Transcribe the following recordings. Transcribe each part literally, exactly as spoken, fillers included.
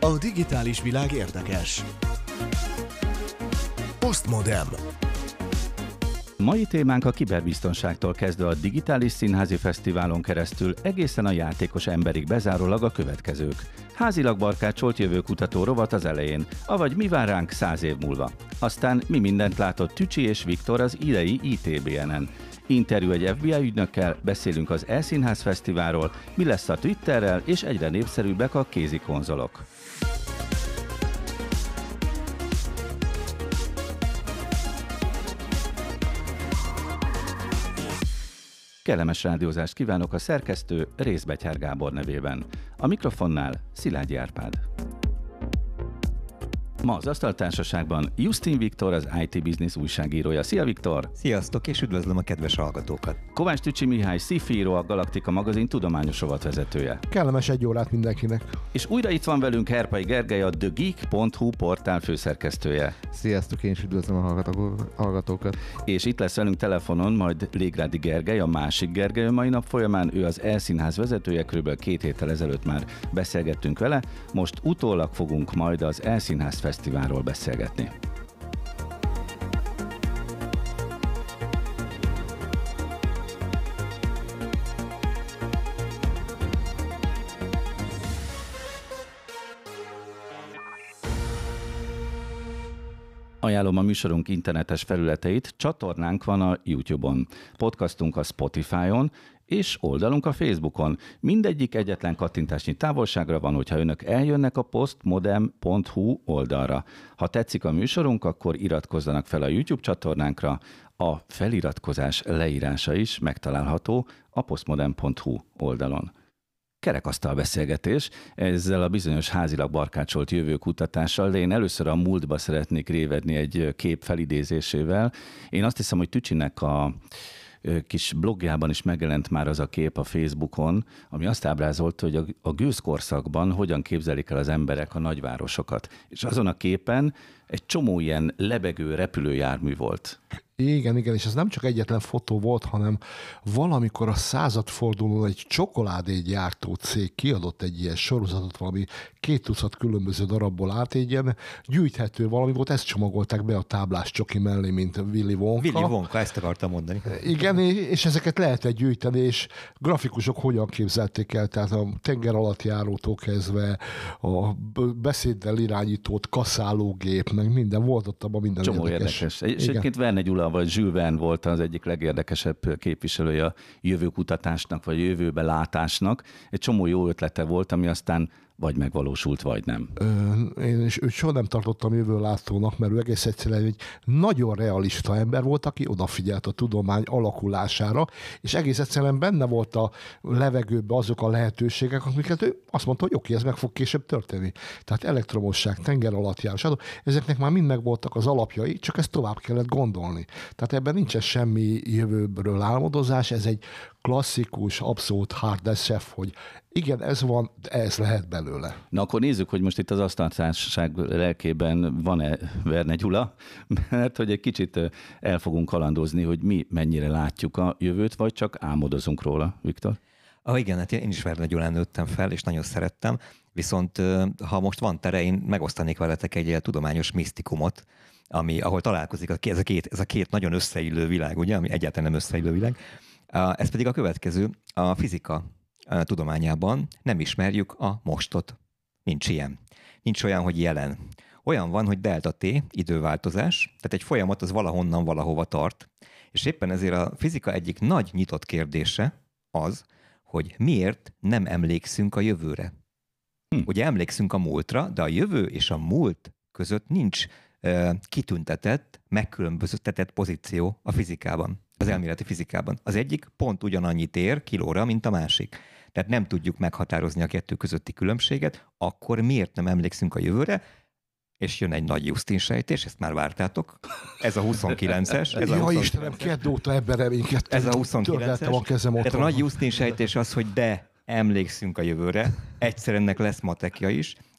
A digitális világ érdekes. Postmodem. Mai témánk a kiberbiztonságtól kezdve a Digitális Színházi Fesztiválon keresztül egészen a játékos emberig bezárólag a következők. Házilag barkácsolt jövőkutató rovat az elején, avagy mi vár ránk száz év múlva. Aztán mi mindent látott Tücsi és Viktor az idei i té bé en-en. Interjú egy ef bé i ügynökkel, beszélünk az E-Színház Fesztiválról, mi lesz a Twitterrel, és egyre népszerűbbek a kézi konzolok. Kellemes rádiózást kívánok a szerkesztő Rézbetyár Gábor nevében. A mikrofonnál Szilágyi Árpád. Ma az Asztaltársaságban Justin Viktor, az i té Business újságírója. Szia Viktor! Sziasztok, és üdvözlöm a kedves hallgatókat! Kovács Tücsi Mihály, sci-fi író, a Galaktika magazin tudományos rovatvezetője. Kellemes egy órát mindenkinek! És újra itt van velünk Herpai Gergely, a The Geek pont hu portál főszerkesztője. Sziasztok, én is üdvözlöm a hallgatókat! És itt lesz velünk telefonon majd Légrádi Gergely, a másik Gergely mai nap folyamán, ő az E-Színház vezetője, körülbelül két héttel ezelőtt már beszélgettünk vele, most utólag fogunk majd az E-Színház Fesztiválról beszélgetni. Ajánlom a műsorunk internetes felületeit, csatornánk van a YouTube-on, podcastunk a Spotify-on, és oldalunk a Facebookon. Mindegyik egyetlen kattintásnyi távolságra van, hogyha önök eljönnek a postmodem pont hu oldalra. Ha tetszik a műsorunk, akkor iratkozzanak fel a YouTube csatornánkra. A feliratkozás leírása is megtalálható a postmodem pont hu oldalon. Kerekasztal beszélgetés, ezzel a bizonyos házilag barkácsolt jövőkutatással, de én először a múltba szeretnék révedni egy kép felidézésével. Én azt hiszem, hogy Tücsinek a kis blogjában is megjelent már az a kép a Facebookon, ami azt ábrázolta, hogy a, a gőzkorszakban hogyan képzelik el az emberek a nagyvárosokat. És azon a képen egy csomó ilyen lebegő repülőjármű volt. Igen, igen, és ez nem csak egyetlen fotó volt, hanem valamikor a századfordulón egy csokoládégyártó cég kiadott egy ilyen sorozatot, valami két tucat különböző darabból állt, egy ilyen gyűjthető valami volt, ezt csomagolták be a táblás csoki mellé, mint Willy Wonka. Willy Wonka, ezt akartam mondani. Igen, és ezeket lehetett gyűjteni, és grafikusok hogyan képzelték el, tehát a tenger alatt járótól kezdve a beszéddel irányított kaszálógép, meg minden volt ott abban, minden Csomó érdekes. érdekes. És egyébként Verne Gyula vagy Jules Verne volt az egyik legérdekesebb képviselője a jövőkutatásnak, vagy jövőbe látásnak. Egy csomó jó ötlete volt, ami aztán vagy megvalósult, vagy nem. Ö, én is őt soha nem tartottam jövőlátónak, mert ő egész egyszerűen egy nagyon realista ember volt, aki odafigyelt a tudomány alakulására, és egész egyszerűen benne volt a levegőben azok a lehetőségek, amiket ő azt mondta, hogy oké, ez meg fog később történni. Tehát elektromosság, tenger alatt járás, ezeknek már mind megvoltak az alapjai, csak ezt tovább kellett gondolni. Tehát ebben nincsen semmi jövőből álmodozás, ez egy klasszikus, abszolút hard as chef, hogy igen, ez van, de ez lehet belőle. Na akkor nézzük, hogy most itt az Asztaltársaság lelkében van-e Verne Gyula, mert hogy egy kicsit el fogunk kalandozni, hogy mi mennyire látjuk a jövőt, vagy csak álmodozunk róla, Viktor? Ah, igen, hát én is Verne Gyulán nőttem fel, és nagyon szerettem, viszont ha most van tere, én megosztanék veletek egy tudományos misztikumot, ami, ahol találkozik a, ez, a két, ez a két nagyon összeillő világ, ugye, ami egyáltalán nem összeillő világ. Ez pedig a következő, a fizika tudományában nem ismerjük a mostot. Nincs ilyen. Nincs olyan, hogy jelen. Olyan van, hogy delta T, időváltozás, tehát egy folyamat az valahonnan valahova tart, és éppen ezért a fizika egyik nagy nyitott kérdése az, hogy miért nem emlékszünk a jövőre. Hm. Ugye emlékszünk a múltra, de a jövő és a múlt között nincs uh, kitüntetett, megkülönböztetett pozíció a fizikában, az elméleti fizikában. Az egyik pont ugyanannyit ér kilóra, mint a másik. Tehát nem tudjuk meghatározni a kettő közötti különbséget, akkor miért nem emlékszünk a jövőre? És jön egy nagy Justin sejtés, ezt már vártátok. Ez a huszonkilences. Ez a ja, Istenem, kedd óta ebben reménykedtem. Ez a huszonkilences. A kezem Tehát a nagy Justin sejtés az, hogy de emlékszünk a jövőre, egyszer ennek lesz matekja is,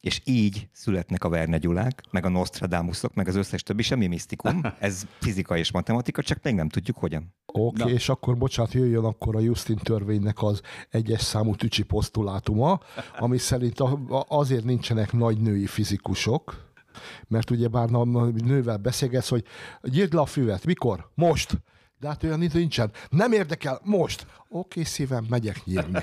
és így születnek a Verne Gyulák, meg a Nostradamusok, meg az összes többi, semmi misztikum, ez fizika és matematika, csak még nem tudjuk hogyan. Oké, okay, és akkor bocsánat, jöjjön akkor a Justin törvénynek az egyes számú tücsi posztulátuma, ami szerint azért nincsenek nagy női fizikusok, mert ugye bár nővel beszélgetsz, hogy gyírd le a füvet, mikor? Most! De hát olyan nincsen. Nem érdekel, most! Oké, szívem, megyek nyírni.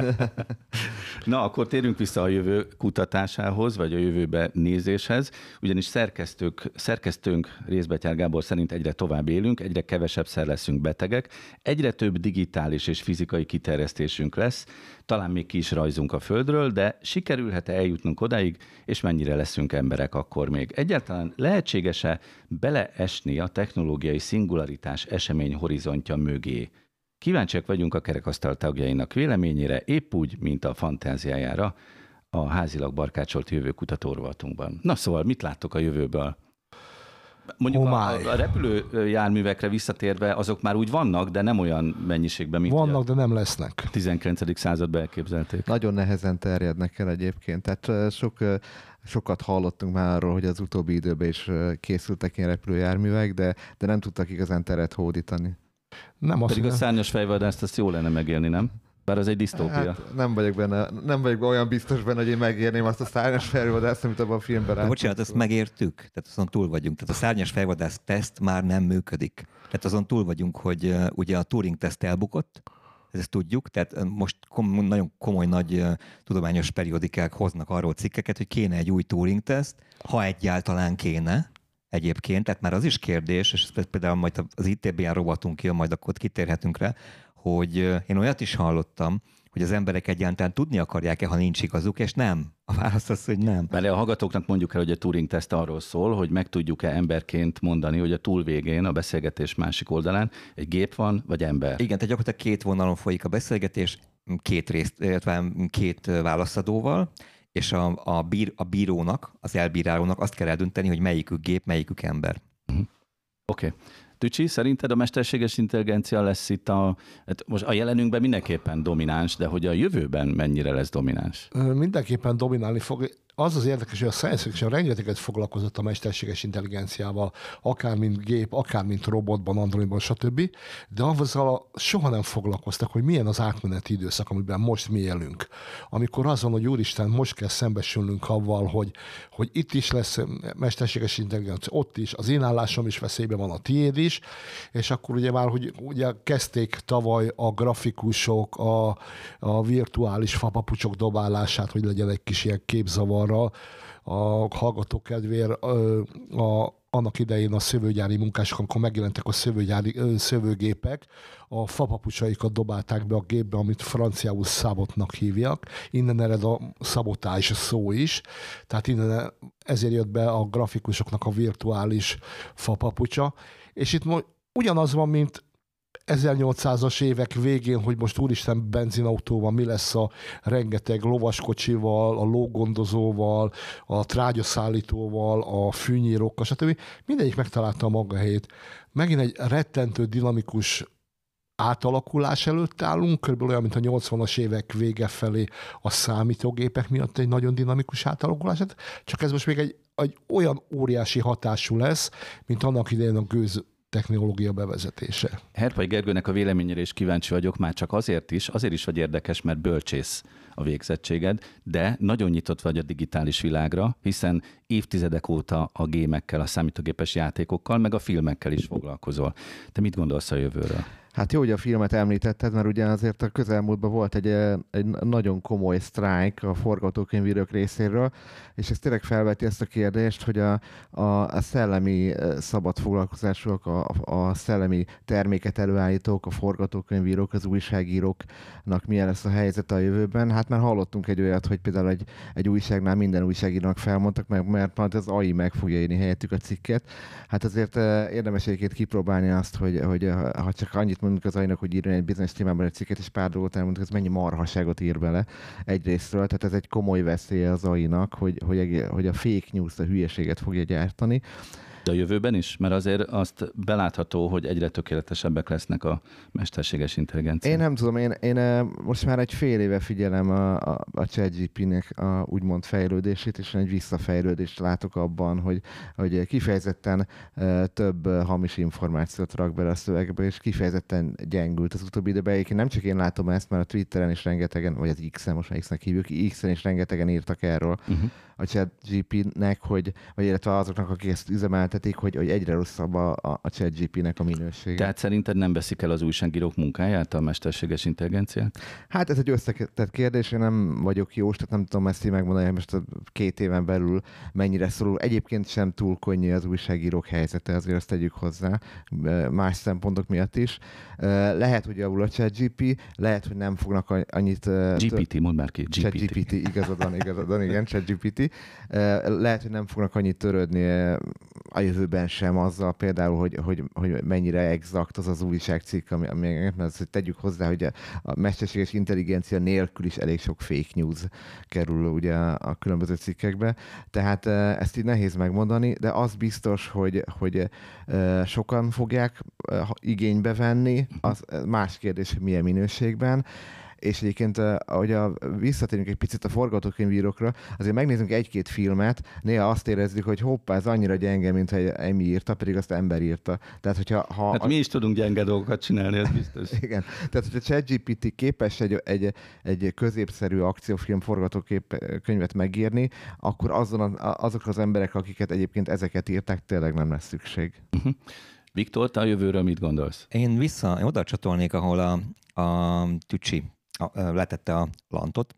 Na, akkor térjünk vissza a jövő kutatásához, vagy a jövőbe nézéshez, ugyanis szerkesztők, szerkesztőnk Rézbetyár Gábor szerint egyre tovább élünk, egyre kevesebbszer leszünk betegek, egyre több digitális és fizikai kiterjesztésünk lesz, talán még ki is rajzunk a Földről, de sikerülhet-e eljutnunk odáig, és mennyire leszünk emberek akkor még? Egyáltalán lehetséges-e beleesni a technológiai szingularitás esemény horizontja mögé? Kíváncsiak vagyunk a kerekasztal tagjainak véleményére, épp úgy, mint a fantáziájára a házilag barkácsolt jövő kutatórovatunkban. Na szóval, mit láttok a jövőből? Mondjuk oh a, a repülőjárművekre visszatérve, azok már úgy vannak, de nem olyan mennyiségben, mint vannak, de nem lesznek. tizenkilencedik században elképzelték. Nagyon nehezen terjednek el egyébként. Tehát sok, sokat hallottunk már arról, hogy az utóbbi időben is készültek ilyen repülőjárművek, de, de nem tudtak igazán teret hódítani. Nem azt Pedig mondja. A szárnyas fejvadászt azt jó lenne megélni, nem? Bár az egy disztópia. Hát nem vagyok benne, nem vagyok olyan biztos benne, hogy én megérném azt a szárnyas fejvadászt, amit abban a filmben látjuk. Bocsánat, ezt megértük, tehát azon túl vagyunk. Tehát a szárnyas fejvadász teszt már nem működik. Tehát azon túl vagyunk, hogy uh, ugye a Turing teszt elbukott, ezt tudjuk, tehát most kom- nagyon komoly nagy uh, tudományos periodikák hoznak arról cikkeket, hogy kéne egy új Turing teszt, ha egyáltalán kéne, egyébként, tehát már az is kérdés, és például majd az i té bé á rovatunk jön, majd akkor kitérhetünk rá, hogy én olyat is hallottam, hogy az emberek egyáltalán tudni akarják-e, ha nincs igazuk, és nem. A válasz az, hogy nem. Mert a hallgatóknak mondjuk el, hogy a Turing-teszt arról szól, hogy meg tudjuk-e emberként mondani, hogy a túl végén, a beszélgetés másik oldalán egy gép van, vagy ember. Igen, tehát gyakorlatilag két vonalon folyik a beszélgetés, két részt, illetve két válaszadóval, és a, a, bír, a bírónak, az elbírálónak azt kell eldönteni, hogy melyikük gép, melyikük ember. Uh-huh. Oké. Okay. Tücsi, szerinted a mesterséges intelligencia lesz itt a... Hát most a jelenünkben mindenképpen domináns, de hogy a jövőben mennyire lesz domináns? Mindenképpen dominálni fog. Az az érdekes, hogy a science fiction rengeteget foglalkozott a mesterséges intelligenciával, akár mint gép, akár mint robotban, androidban, stb. De azzal soha nem foglalkoztak, hogy milyen az átmeneti időszak, amiben most mi élünk. Amikor az van, hogy úristen, most kell szembesülnünk avval, hogy, hogy itt is lesz mesterséges intelligencia, ott is, az én állásom is veszélyben van, a tiéd is, és akkor ugye már, hogy ugye kezdték tavaly a grafikusok, a, a virtuális fapapucsok dobálását, hogy legyen egy kis ilyen képzavar, a hallgató kedvéért a, annak idején a szövőgyári munkások, amikor megjelentek a szövőgyári, szövőgépek, a fapapucsaikat dobálták be a gépbe, amit franciául szabotnak hívják. Innen ered a szabotás szó is. Tehát innen ezért jött be a grafikusoknak a virtuális fapapucsa. És itt ugyanaz van, mint ezernyolcszázas évek végén, hogy most úristen benzinautóval mi lesz a rengeteg lovaskocsival, a lógondozóval, a trágyaszállítóval, a fűnyírókkal, stb. Mindegyik megtalálta a maga helyét. Megint egy rettentő dinamikus átalakulás előtt állunk, körülbelül olyan, mint a nyolcvanas évek vége felé a számítógépek miatt egy nagyon dinamikus átalakulás, csak ez most még egy, egy olyan óriási hatású lesz, mint annak idején a gőz technológia bevezetése. Herpai Gergőnek a véleményére is kíváncsi vagyok, már csak azért is, azért is vagy érdekes, mert bölcsész a végzettséged, de nagyon nyitott vagy a digitális világra, hiszen évtizedek óta a gémekkel, a számítógépes játékokkal, meg a filmekkel is foglalkozol. Te mit gondolsz a jövőről? Hát jó, hogy a filmet említetted, mert ugye azért a közelmúltban volt egy, egy nagyon komoly sztrájk a forgatókönyvírók részéről, és ez tényleg felveti ezt a kérdést, hogy a, a, a szellemi szabad foglalkozásúak, a, a szellemi terméket előállítók, a forgatókönyvírók, az újságíróknak milyen lesz a helyzet a jövőben. Hát már hallottunk egy olyat, hogy például egy, egy újságnál minden újságírónak felmondtak, meg, mert majd az á i meg fogja írni helyettük a cikket. Hát azért érdemes egyébként kipróbálni azt, hogy, hogy ha csak annyit mondjuk az á i-nak, hogy írjon egy bizonyos témában egy cikket, és pár dolgot elmondjuk, ez mennyi marhaságot ír bele egyrésztről. Tehát ez egy komoly veszélye az á i-nak, hogy, hogy, hogy a fake news, a hülyeséget fogja gyártani. De a jövőben is? Mert azért azt belátható, hogy egyre tökéletesebbek lesznek a mesterséges intelligencia. Én nem tudom, én, én most már egy fél éve figyelem a, a, a ChatGPT-nek a úgymond fejlődését, és egy visszafejlődést látok abban, hogy, hogy kifejezetten uh, több uh, hamis információt rak bele a szövegbe, és kifejezetten gyengült az utóbbi időben. Egyébként nem csak én látom ezt, mert a Twitteren is rengetegen, vagy az X-en, most már X-nek hívjuk, X-en is rengetegen írtak erről uh-huh. a ChatGPT-nek, hogy, vagy illetve azoknak, akik ezt üzemeltetik, hogy, hogy egyre rosszabb a, a, a ChatGPT-nek a minősége. Tehát szerinted nem veszik el az újságírók munkáját a mesterséges intelligenciát? Hát ez egy összetett kérdés, én nem vagyok jó, tehát nem tudom ezt így megmondani, hogy most a két éven belül mennyire szorul. Egyébként sem túl könnyű az újságírók helyzete, azért azt tegyük hozzá, más szempontok miatt is. Lehet, hogy javul a ChatGPT, lehet, hogy nem fognak annyit... gé pé té, mondd már ki. ChatGPT, igazad van, igazad van, igen, ChatGPT. Lehet, hogy nem fognak annyit törődni a jövőben sem azzal például, hogy, hogy, hogy mennyire exakt az az újságcikk, ami, ami mert hogy tegyük hozzá, hogy a mesterséges intelligencia nélkül is elég sok fake news kerül ugye a különböző cikkekbe. Tehát ezt így nehéz megmondani, de az biztos, hogy, hogy sokan fogják igénybe venni, az más kérdés, hogy milyen minőségben. És egyébként, ahogy a, visszatérünk egy picit a forgatókönyvírókra, azért megnézzünk egy-két filmet, néha azt érezzük, hogy hoppá, ez annyira gyenge, mint hogy Emi írta, pedig azt ember írta. Tehát, hogyha, ha hát a... mi is tudunk gyenge dolgokat csinálni, ez biztos. Igen. Tehát, hogyha ChatGPT képes egy, egy, egy középszerű akciófilm forgatókönyvet megírni, akkor azon a, azokra az emberek, akiket egyébként ezeket írták, tényleg nem lesz szükség. Uh-huh. Viktor, te a jövőről mit gondolsz? Én vissza, én oda csatolnék, ahol a, a Tücsi a, a, letette a lantot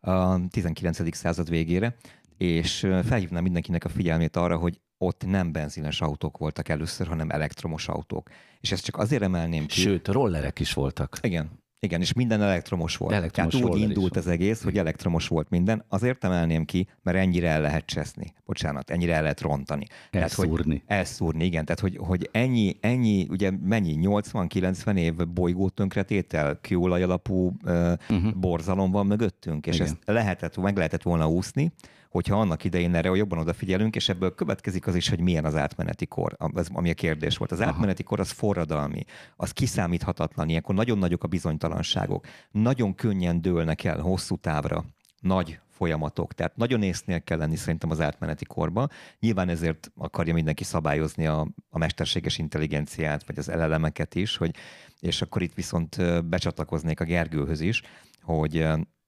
a tizenkilencedik század végére, és felhívnám mindenkinek a figyelmét arra, hogy ott nem benzines autók voltak először, hanem elektromos autók. És ezt csak azért emelném ki. Sőt, rollerek is voltak. Igen. Igen, és minden elektromos volt. Elektromos Tehát úgy indult az egész, hogy elektromos volt minden. Azért emelném ki, mert ennyire el lehet cseszni. Bocsánat, ennyire el lehet rontani. Elszúrni. Elszúrni, igen. Tehát, hogy, hogy ennyi, ennyi, ugye mennyi, nyolcvan-kilencven év bolygó tönkretétel, kőolaj alapú uh, uh-huh. borzalom van mögöttünk, és igen. ezt lehetett, meg lehetett volna úszni, hogyha annak idején erre jobban odafigyelünk, és ebből következik az is, hogy milyen az átmeneti kor, az, ami a kérdés volt. Az átmeneti kor az forradalmi, az kiszámíthatatlan, ilyenkor nagyon nagyok a bizonytalanságok, nagyon könnyen dőlnek el hosszú távra nagy folyamatok, tehát nagyon észnél kell lenni szerintem az átmeneti korban. Nyilván ezért akarja mindenki szabályozni a, a mesterséges intelligenciát, vagy az el el em-eket is, hogy, és akkor itt viszont becsatlakoznék a Gergőhöz is, hogy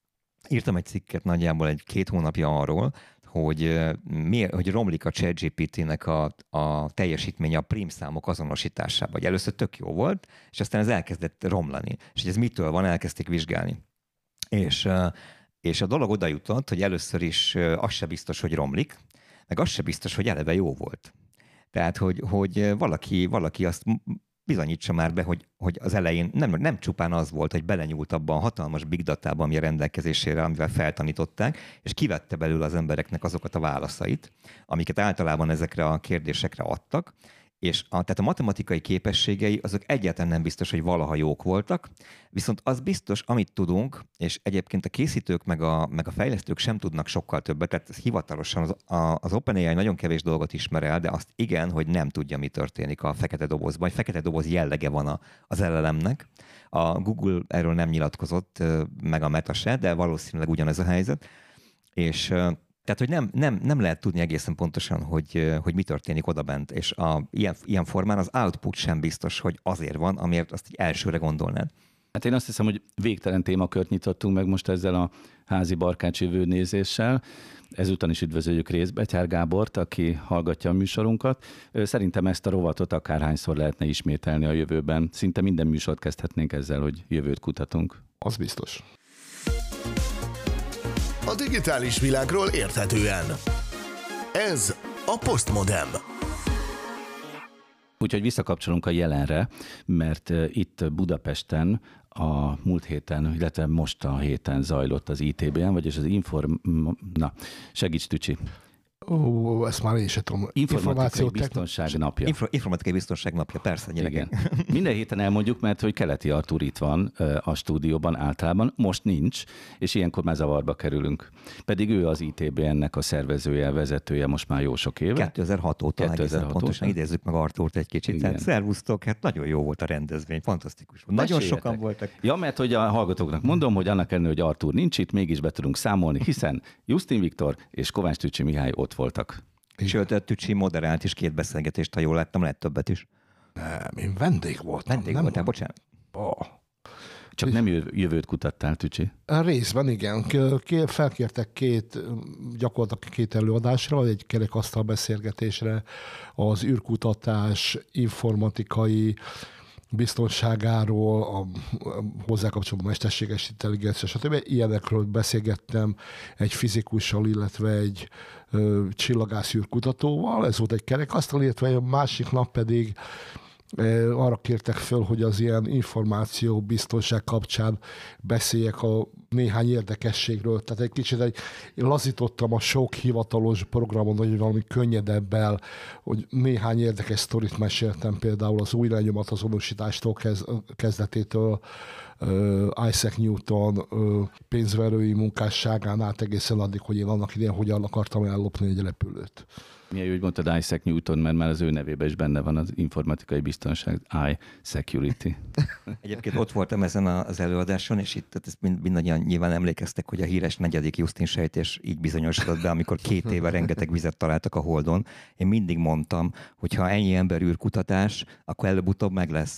írtam egy cikket nagyjából egy két hónapja arról, hogy, miért, hogy romlik a ChatGPT-nek a, a teljesítménye a prímszámok azonosításában. Vagy először tök jó volt, és aztán ez elkezdett romlani. És hogy ez mitől van, elkezdték vizsgálni. És, és a dolog oda jutott, hogy először is az se biztos, hogy romlik, meg az se biztos, hogy eleve jó volt. Tehát, hogy, hogy valaki, valaki azt bizonyítsa már be, hogy, hogy az elején nem, nem csupán az volt, hogy belenyúlt abban a hatalmas big datába, ami a rendelkezésére, amivel feltanították, és kivette belőle az embereknek azokat a válaszait, amiket általában ezekre a kérdésekre adtak, és a, tehát a matematikai képességei azok egyáltalán nem biztos, hogy valaha jók voltak, viszont az biztos, amit tudunk, és egyébként a készítők meg a, meg a fejlesztők sem tudnak sokkal többet, tehát ez hivatalosan az, a, az OpenAI nagyon kevés dolgot ismer el, de azt igen, hogy nem tudja, mi történik a fekete dobozban. Egy fekete doboz jellege van a, az el el em-nek. A Google erről nem nyilatkozott, meg a Meta se, de valószínűleg ugyanez a helyzet. És tehát, hogy nem, nem, nem lehet tudni egészen pontosan, hogy, hogy mi történik odabent, és a, ilyen, ilyen formán az output sem biztos, hogy azért van, amiért azt így elsőre gondolnád. Hát én azt hiszem, hogy végtelen témakört nyitottunk meg most ezzel a házi barkács jövőnézéssel. Ezúton is üdvözöljük Rézbetyár Gábort, aki hallgatja a műsorunkat. Szerintem ezt a rovatot akárhányszor lehetne ismételni a jövőben. Szinte minden műsort kezdhetnénk ezzel, hogy jövőt kutatunk. Az biztos. A digitális világról érthetően. Ez a Postmodem. Úgyhogy visszakapcsolunk a jelenre, mert itt Budapesten a múlt héten, illetve most a héten zajlott az i té bé en, vagyis az Inform... Na, segíts Tücsi. Ó, ezt már én sem tudom. Informatikai biztonság napja. Info, informatikai biztonság napja, persze, gyerekek. Igen. Minden héten elmondjuk, mert hogy Keleti Artúr itt van a stúdióban általában, most nincs, és ilyenkor már zavarba kerülünk. Pedig ő az i té bé ennek a szervezője, vezetője most már jó sok éve. kétezer-hat óta, kétezer-hat pontosan idézzük meg Artúrt egy kicsit. Tehát szervusztok, hát nagyon jó volt a rendezvény, fantasztikus. Nagyon sokan voltak. Ja, mert hogy a hallgatóknak mondom, hogy annak ellenére, hogy Artúr nincs itt, mégis be tudunk számolni, hiszen Justin Viktor és Kovács Tücsi Mihály ott voltak. Sőt, Tücsi moderált is két beszélgetést, ha jól láttam, lehet többet is. Nem, én vendég voltam. Vendég voltál, bocsánat. Oh. Csak nem jövőt kutattál, Tücsi? Részben igen. Felkértek két, gyakorlatilag két előadásra, egy kerekasztal beszélgetésre az űrkutatás, informatikai biztonságáról, a hozzá kapcsolatban mesterséges intelligencia, stb. Ilyenekről beszélgettem egy fizikussal, illetve egy ö, csillagászűrkutatóval. Ez volt egy kerekasztal, illetve a másik nap pedig ö, arra kértek föl, hogy az ilyen információ biztonság kapcsán beszéljek a néhány érdekességről. Tehát egy kicsit egy, én lazítottam a sok hivatalos programon, hogy valami könnyedebbel, hogy néhány érdekes sztorit meséltem, például az új lenyomatazonosítástól kez, kezdetétől uh, Isaac Newton uh, pénzverői munkásságán át egészen addig, hogy én annak idején hogyan akartam ellopni egy repülőt. Milyen úgy mondtad Isaac Newton, mert már az ő nevében is benne van az informatikai biztonság, I-Security. Egyébként ott voltam ezen az előadáson, és itt ezt mind, mindannyian nyilván emlékeztek, hogy a híres negyedik Justin sejtés így bizonyosodott be, amikor két éve rengeteg vizet találtak a Holdon. Én mindig mondtam, hogy ha ennyi ember űrkutatás, akkor előbb-utóbb meg lesz.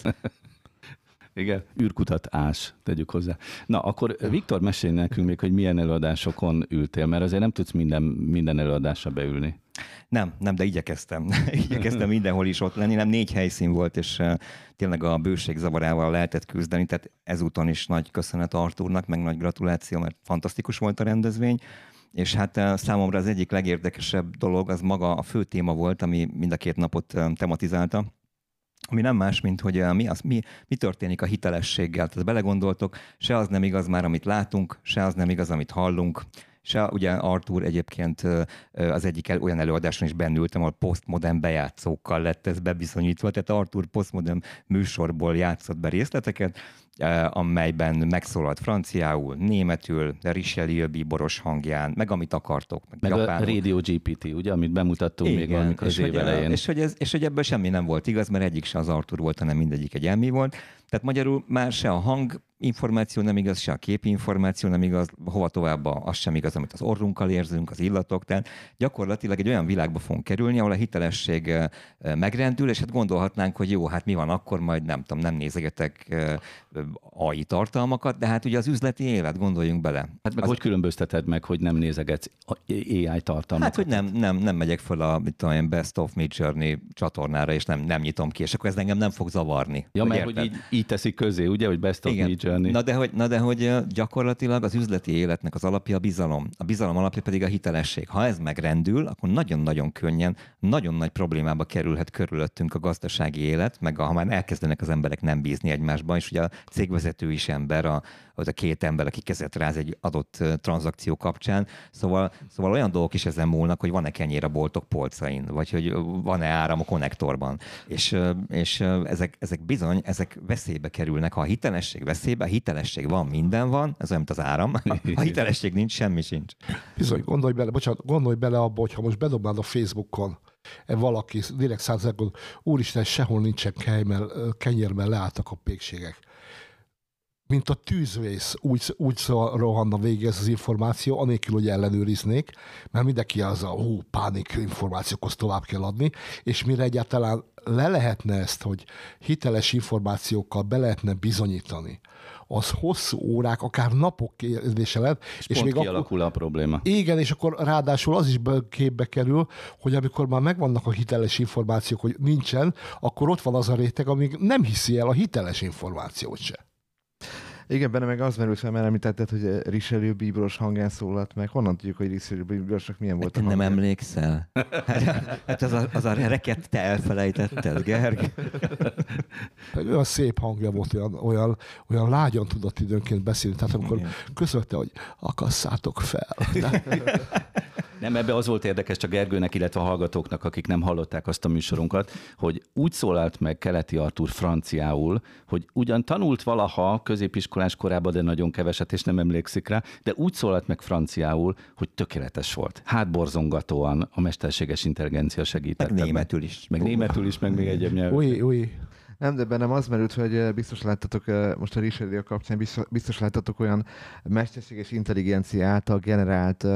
Igen, űrkutatás, tegyük hozzá. Na, akkor Viktor, mesélj nekünk még, hogy milyen előadásokon ültél, mert azért nem tudsz minden, minden előadásra beülni. Nem, nem, de igyekeztem. igyekeztem mindenhol is ott lenni. Nem, négy helyszín volt, és uh, tényleg a bőség zavarával lehetett küzdeni, tehát ezúton is nagy köszönet Artúrnak, meg nagy gratuláció, mert fantasztikus volt a rendezvény. És hát uh, számomra az egyik legérdekesebb dolog az maga a fő téma volt, ami mind a két napot uh, tematizálta, ami nem más, mint hogy uh, mi, az, mi, mi történik a hitelességgel. Tehát belegondoltok, se az nem igaz már, amit látunk, se az nem igaz, amit hallunk. És ugye Artúr egyébként az egyik el, olyan előadáson is bennültem, ahol posztmodern bejátszókkal lett ez bebizonyítva. Tehát Artúr posztmodern műsorból játszott be részleteket, amelyben megszólalt franciául, németül, Richelieu bíboros hangján, meg amit akartok. Meg, meg japánul. A Radio gé pé té, ugye, amit bemutattunk igen, még valamikor az év elején. És hogy, ez, és hogy ebből semmi nem volt igaz, mert egyik se az Artúr volt, hanem mindegyik egy elmi volt. Tehát magyarul már se a hang információ nem igaz, se a képi információ nem igaz, hova tovább az sem igaz, amit az orrunkkal érzünk, az illatok. Tehát gyakorlatilag egy olyan világba fogunk kerülni, ahol a hitelesség megrendül, és hát gondolhatnánk, hogy jó, hát mi van akkor, majd nem tudom, nem nézegetek á i tartalmakat, de hát ugye az üzleti élet, gondoljunk bele. Hát meg az... hogy különbözteted meg, hogy nem nézegetsz á i tartalmakat? Hát, hogy nem, nem, nem megyek fel a mit tudom, Best of Midjourney csatornára, és nem, nem nyitom ki, és akkor ez engem nem fog zavarni. Ja, hogy mert hogy így, így teszik közé, ugye, hogy Best of igen. Midjourney. Na de, hogy, na de hogy gyakorlatilag az üzleti életnek az alapja a bizalom. A bizalom alapja pedig a hitelesség. Ha ez megrendül, akkor nagyon-nagyon könnyen, nagyon nagy problémába kerülhet körülöttünk a gazdasági élet, meg a, ha már elkezdenek az emberek nem bízni egymásban, és ugye a cégvezető is ember, a, az a két ember, aki kezet ráz egy adott tranzakció kapcsán. Szóval, szóval olyan dolgok is ezen múlnak, hogy van-e kenyér a boltok polcain, vagy hogy van-e áram a konnektorban. És, és ezek, ezek bizony, ezek veszélybe kerülnek. Ha a hitelesség veszélybe, a hitelesség van, minden van, ez olyan, mint az áram. Ha hitelesség nincs, semmi sincs. Bizony, gondolj bele, bocsánat, gondolj bele abba, hogy ha most bedobnád a Facebookon, valaki direkt százalékon, úristen, sehol nincsen kenyérben leálltak a pékségek. Mint a tűzvész, úgy, úgy rohanna végig ez az információ, anélkül, hogy ellenőriznék, mert mindenki az a hú, pánik információkhoz tovább kell adni, és mire egyáltalán le lehetne ezt, hogy hiteles információkkal be lehetne bizonyítani, az hosszú órák, akár napok kérdése lett. És, és pont még kialakul akkor, a probléma. Igen, és akkor ráadásul az is képbe kerül, hogy amikor már megvannak a hiteles információk, hogy nincsen, akkor ott van az a réteg, amíg nem hiszi el a hiteles információt se. Igen, benne meg az merült fel, mert említetted, hogy Richelieu bíboros hangján szólalt meg. Honnan tudjuk, hogy Richelieu bíborosnak milyen volt hát a hangja? Nem emlékszel? Hát, hát az, a, az a reket te elfelejtetted, Gerg. Olyan szép hangja volt, olyan, olyan, olyan lágyan tudott időnként beszélni. Tehát amikor közölte, hogy akasszátok fel. De... Nem, ebbe az volt érdekes csak Gergőnek, illetve a hallgatóknak, akik nem hallották azt a műsorunkat, hogy úgy szólalt meg Keleti Artúr franciául, hogy ugyan tanult valaha középiskolás korában, de nagyon keveset, és nem emlékszik rá, de úgy szólalt meg franciául, hogy tökéletes volt. Hátborzongatóan a mesterséges intelligencia segített. Meg németül is. Meg németül is, meg még egyéb nyelven. Új, új. Nem, de bennem az merült, hogy biztos láttatok, most a Richelieu kapcsán biztos, biztos láttatok olyan mesterséges intelligencia által generált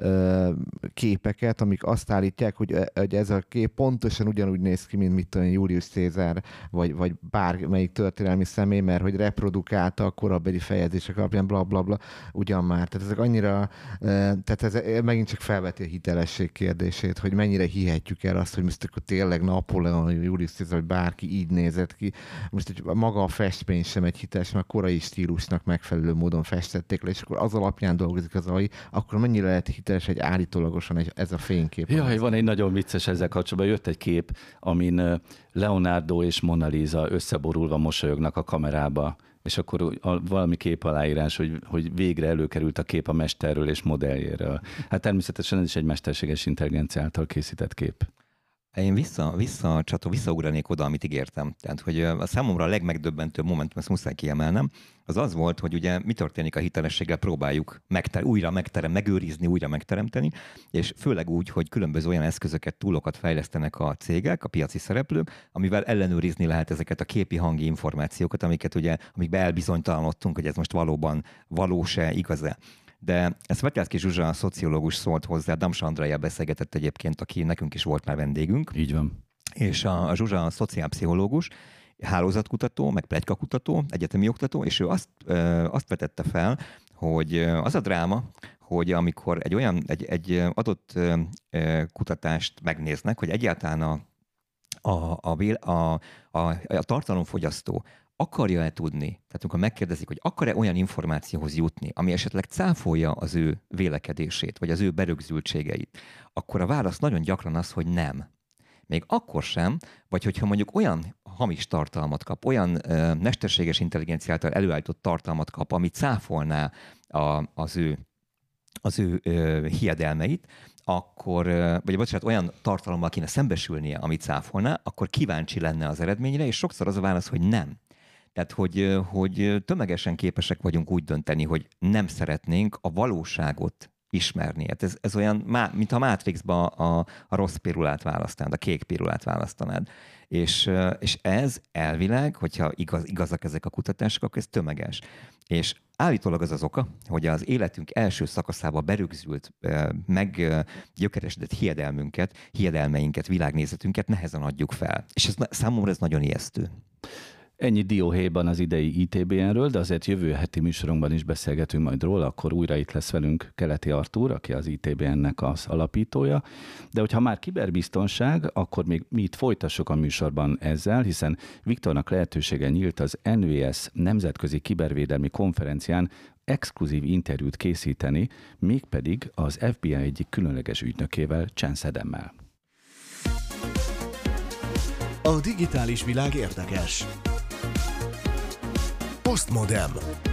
ö, képeket, amik azt állítják, hogy, hogy ez a kép pontosan ugyanúgy néz ki, mint mit tudom, Julius Cézár, vagy, vagy bármelyik történelmi személy, mert hogy reprodukálta a korabeli fejezések alapján, bla, bla, bla, ugyan már. Tehát ezek annyira, ö, tehát ez megint csak felveti a hitelesség kérdését, hogy mennyire hihetjük el azt, hogy most akkor tényleg Napóleon, Julius Cézár, vagy bárki így nézett ki. Most egy, maga a festmény sem egy hiteles, mert korai stílusnak megfelelő módon festették le, és akkor az alapján dolgozik az á i, akkor mennyire lehet hiteles egy állítólagosan egy, ez a fénykép? Jaj, van egy nagyon vicces ezzel kapcsolatban. Jött egy kép, amin Leonardo és Mona Lisa összeborulva mosolyognak a kamerába, és akkor valami kép aláírás, hogy, hogy végre előkerült a kép a mesterről és modelljéről. Hát természetesen ez is egy mesterséges intelligencia által készített kép. Én vissza, vissza, csató, visszaugranék oda, amit ígértem. Tehát, hogy a számomra a legmegdöbbentőbb momentum, ezt muszáj kiemelnem, az az volt, hogy ugye mi történik a hitelességgel, próbáljuk megter- újra megterem, megőrizni, újra megteremteni, és főleg úgy, hogy különböző olyan eszközöket, túlokat fejlesztenek a cégek, a piaci szereplők, amivel ellenőrizni lehet ezeket a képi hangi információkat, amiket ugye, amikbe elbizonytalanodtunk, hogy ez most valóban valós-e, igaz-e. De ezt Vetyászki Zsuzsa, a szociológus szólt hozzá, Damsa Andrájjal beszélgetett egyébként, aki nekünk is volt már vendégünk. Így van. És a, a Zsuzsa a szociálpszichológus, hálózatkutató, meg pletykakutató, egyetemi oktató, és ő azt, ö, azt vetette fel, hogy az a dráma, hogy amikor egy olyan, egy, egy adott ö, kutatást megnéznek, hogy egyáltalán a, a, a, a, a, a tartalomfogyasztó akarja-e tudni, tehát amikor megkérdezik, hogy akar-e olyan információhoz jutni, ami esetleg cáfolja az ő vélekedését, vagy az ő berögzültségeit, akkor a válasz nagyon gyakran az, hogy nem. Még akkor sem, vagy hogyha mondjuk olyan hamis tartalmat kap, olyan ö, mesterséges intelligencia által előállított tartalmat kap, ami cáfolná a, az ő, az ő ö, hiedelmeit, akkor, vagy bocsánat, olyan tartalommal kéne szembesülnie, amit cáfolná, akkor kíváncsi lenne az eredményre, és sokszor az a válasz, hogy nem. Tehát, hogy, hogy tömegesen képesek vagyunk úgy dönteni, hogy nem szeretnénk a valóságot ismerni. Hát ez, ez olyan, mint a Matrixba a, a rossz pirulát választanád, a kék pirulát választanád. És, és ez elvileg, hogyha igaz, igazak ezek a kutatások, akkor ez tömeges. És állítólag az az oka, hogy az életünk első szakaszába berögzült, meggyökeresedett hiedelmünket, hiedelmeinket, világnézetünket nehezen adjuk fel. És ez, számomra ez nagyon ijesztő. Ennyi dióhéjban az idei i té bé en-ről, de azért jövő heti műsorunkban is beszélgetünk majd róla, akkor újra itt lesz velünk Keleti Artúr, aki az i té bé en-nek az alapítója. De hogyha már kiberbiztonság, akkor még mi itt folytassuk a műsorban ezzel, hiszen Viktornak lehetősége nyílt az en vé es Nemzetközi Kibervédelmi Konferencián exkluzív interjút készíteni, mégpedig az ef bé i egyik különleges ügynökével, Chance Ademmel. A digitális világ érdekes. Postmodem.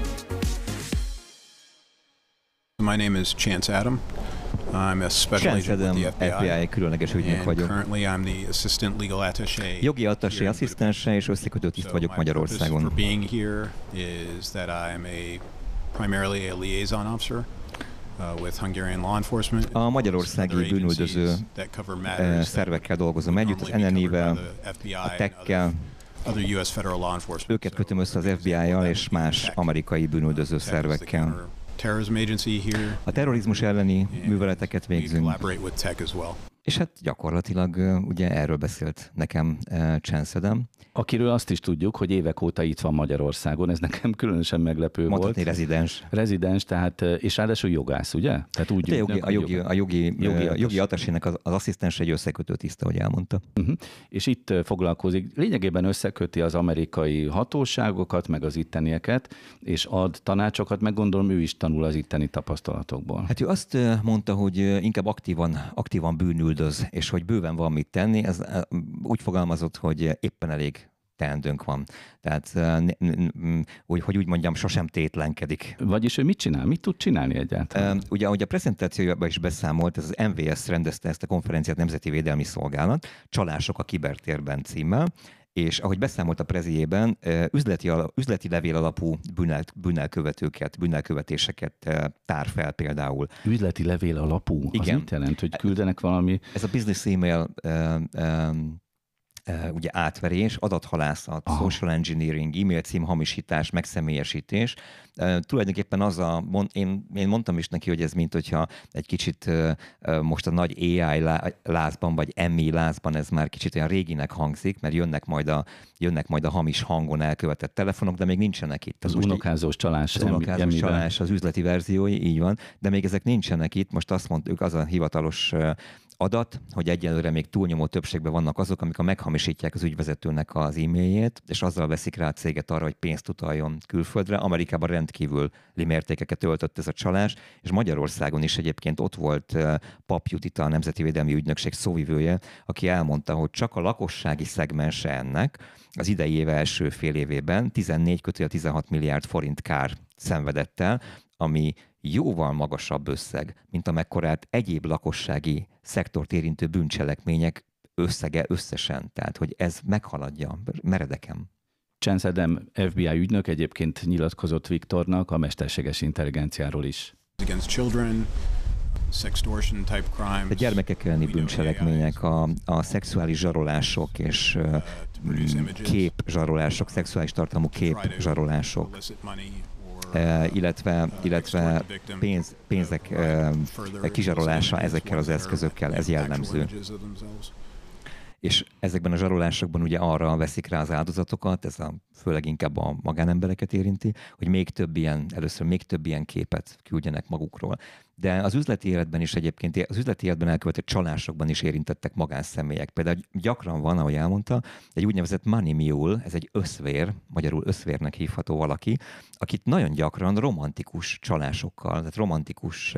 My name is Chance Adam. I'm a special Chance agent Adam, with the ef bé i különleges ügynök and vagyok. currently I'm the assistant legal attaché. Jogi attaché here in asszisztense és összekötő tiszt So vagyok my purpose Magyarországon. for being here is that I'm a primarily a liaison officer uh, with Hungarian law enforcement. A magyarországi bűnüldöző eh, szervekkel dolgozom együtt, az en en i-vel, a tekkel. Őket kötöm össze az ef bé i-jal és más amerikai bűnüldöző szervekkel. A terrorizmus elleni műveleteket végzünk. És hát gyakorlatilag ugye erről beszélt nekem Chance Adam. Akiről azt is tudjuk, hogy évek óta itt van Magyarországon, ez nekem különösen meglepő Mondhatni volt. rezidens. Rezidens, tehát, és ráadásul jogász, ugye? Tehát úgy a jogi, a jogi, a jogi, jogi, jogi attasének az, az asszisztens egy összekötő tiszta, ahogy elmondta. Uh-huh. És itt foglalkozik, lényegében összeköti az amerikai hatóságokat, meg az ittenieket, és ad tanácsokat, meg gondolom ő is tanul az itteni tapasztalatokból. Hát ő azt mondta, hogy inkább aktívan, aktívan bűnüldöz, és hogy bőven van mit tenni. Ez úgy fogalmazott, hogy éppen elég teendőnk van. Tehát, úgy, hogy úgy mondjam, sosem tétlenkedik. Vagyis ő mit csinál? Mit tud csinálni egyáltalán? Ugye, ahogy a prezentációjában is beszámolt, ez az em vé es rendezte ezt a konferenciát, Nemzeti Védelmi Szolgálat, Csalások a kibertérben címmel, és ahogy beszámolt a preziében, üzleti, üzleti levél alapú bűnel, bűnelkövetőket, bűnelkövetéseket tár fel például. Üzleti levél alapú? Igen. Az mit jelent, hogy küldenek valami? Ez a business email um, um, Uh, ugye átverés, adathalászat, Aha. social engineering, e-mail cím hamisítás, megszemélyesítés. Uh, tulajdonképpen az a, mond, én, én mondtam is neki, hogy ez mint hogyha egy kicsit uh, uh, most a nagy á i lá, lázban, vagy em i lázban ez már kicsit olyan réginek hangzik, mert jönnek majd a, jönnek majd a hamis hangon elkövetett telefonok, de még nincsenek itt. Az, az unokázós csalás. Az unokázós csalás, az üzleti verziói, így van, de még ezek nincsenek itt. Most azt mondtuk, az a hivatalos uh, adat, hogy egyelőre még túlnyomó többségben vannak azok, amik a meghamisítják az ügyvezetőnek az e-mailjét, és azzal veszik rá a céget arra, hogy pénzt utaljon külföldre. Amerikában rendkívül mértékeket öltött ez a csalás, és Magyarországon is egyébként ott volt Pap Judita, a Nemzeti Védelmi Ügynökség szóvivője, aki elmondta, hogy csak a lakossági szegmense ennek az idei év első fél évében tizennégy tizenhat milliárd forint kár szenvedett el, ami jóval magasabb összeg, mint amekkorát egyéb lakossági szektort érintő bűncselekmények összege összesen. Tehát, hogy ez meghaladja, meredekem. Chance Adam ef bé i ügynök egyébként nyilatkozott Viktornak a mesterséges intelligenciáról is. Against children, sextortion type crimes, a gyermekek elleni bűncselekmények, a, a szexuális zsarolások és uh, képzsarolások, szexuális tartalmú képzsarolások. Uh, illetve, illetve pénz, pénzek uh, kizsarolása ezekkel az eszközökkel, ez jellemző. És ezekben a zsarolásokban ugye arra veszik rá az áldozatokat, ez a, főleg inkább a magánembereket érinti, hogy még több ilyen, először még több ilyen képet küldjenek magukról. De az üzleti életben is egyébként, az üzleti életben elkövetett csalásokban is érintettek magánszemélyek. Például gyakran van, ahogy elmondta, egy úgynevezett money mule, ez egy összvér, magyarul összvérnek hívható valaki, akit nagyon gyakran romantikus csalásokkal, tehát romantikus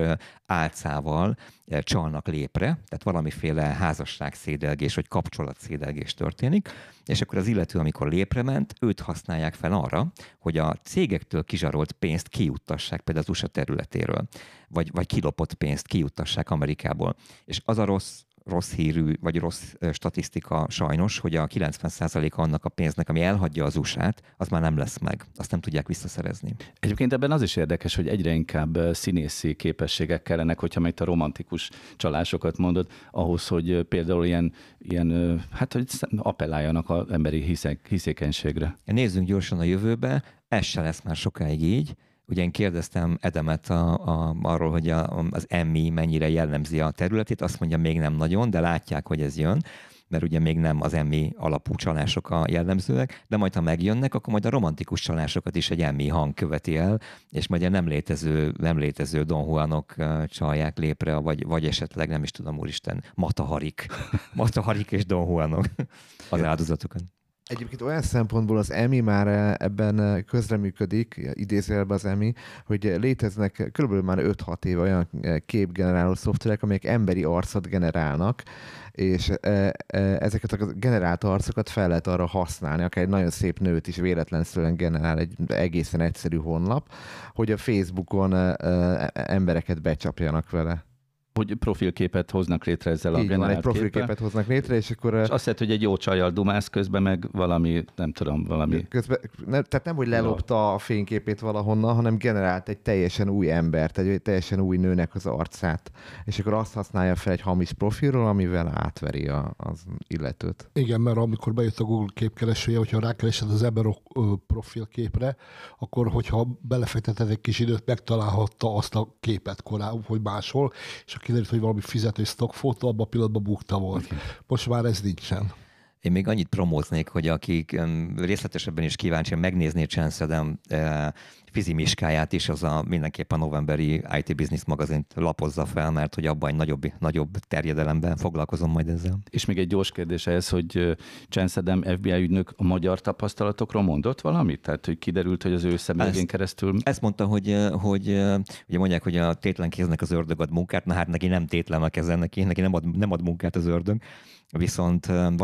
álcával csalnak lépre, tehát valamiféle házasságszédelgés vagy kapcsolatszédelgés történik, és akkor az illető, amikor lépre ment, őt használják fel arra, hogy a cégektől kizsarolt pénzt kijuttassák például az u es á területéről, vagy, vagy kilopott pénzt kijuttassák Amerikából. És az a rossz, rossz hírű, vagy rossz statisztika sajnos, hogy a kilencven százaléka annak a pénznek, ami elhagyja az u es á-t, az már nem lesz meg. Azt nem tudják visszaszerezni. Egyébként ebben az is érdekes, hogy egyre inkább színészi képességek kellenek, hogyha majd a romantikus csalásokat mondod, ahhoz, hogy például ilyen, ilyen hát, hogy appelláljanak az emberi hiszek, hiszékenységre. Nézzünk gyorsan a jövőbe, ez se lesz már sokáig így. Ugye én kérdeztem Edemet a, a, arról, hogy a, az em i mennyire jellemzi a területét, azt mondja, még nem nagyon, de látják, hogy ez jön, mert ugye még nem az em i alapú csalások a jellemzőek, de majd ha megjönnek, akkor majd a romantikus csalásokat is egy em i hang követi el, és majd a nem létező, nem létező Don Juanok csalják lépre, vagy, vagy esetleg nem is tudom, úristen, Mataharik. Mataharik és Don Juanok az áldozatokat. Egyébként olyan szempontból az em i már ebben közreműködik, idézőjelben az em i, hogy léteznek körülbelül már öt-hat éve olyan képgeneráló szoftverek, amelyek emberi arcot generálnak, és ezeket a generált arcokat fel lehet arra használni, akár egy nagyon szép nőt is véletlenszerűen generál egy egészen egyszerű honlap, hogy a Facebookon embereket becsapjanak vele. Hogy profilképet hoznak létre ezzel a Így van, egy profilképet képpel. hoznak létre, és akkor... És azt hiszed, hogy egy jó csajjal dumász, közben meg valami, nem tudom, valami... Közben, ne, tehát nem, hogy lelopta a fényképét valahonnan, hanem generált egy teljesen új embert, egy teljesen új nőnek az arcát. És akkor azt használja fel egy hamis profilról, amivel átveri a, az illetőt. Igen, mert amikor bejött a Google képkeresője, hogyha rákeresed az ember profilképre, akkor hogyha belefekteted egy kis időt, megtalálhatta azt a képet korábban, hogy máshol, és a kiderült, hogy valami fizető stockfotó, abban a pillanatban bukta volt. Okay. Most már ez nincsen. Én még annyit promóznék, hogy akik részletesebben is kíváncsi megnézni Chance Adam fizimiskáját is, az a mindenképpen a novemberi i té Business magazint lapozza fel, mert hogy abban egy nagyobb, nagyobb terjedelemben foglalkozom majd ezzel. És még egy gyors kérdés ehhez, hogy Chance Adam ef bé i ügynök a magyar tapasztalatokról mondott valamit? Tehát, hogy kiderült, hogy az ő személyén keresztül... Ezt mondta, hogy, hogy ugye mondják, hogy a tétlen kéznek az ördög ad munkát, na hát neki nem tétlen a keze, neki, neki nem ad, nem ad munkát az ördög, viszont valamilyen szinten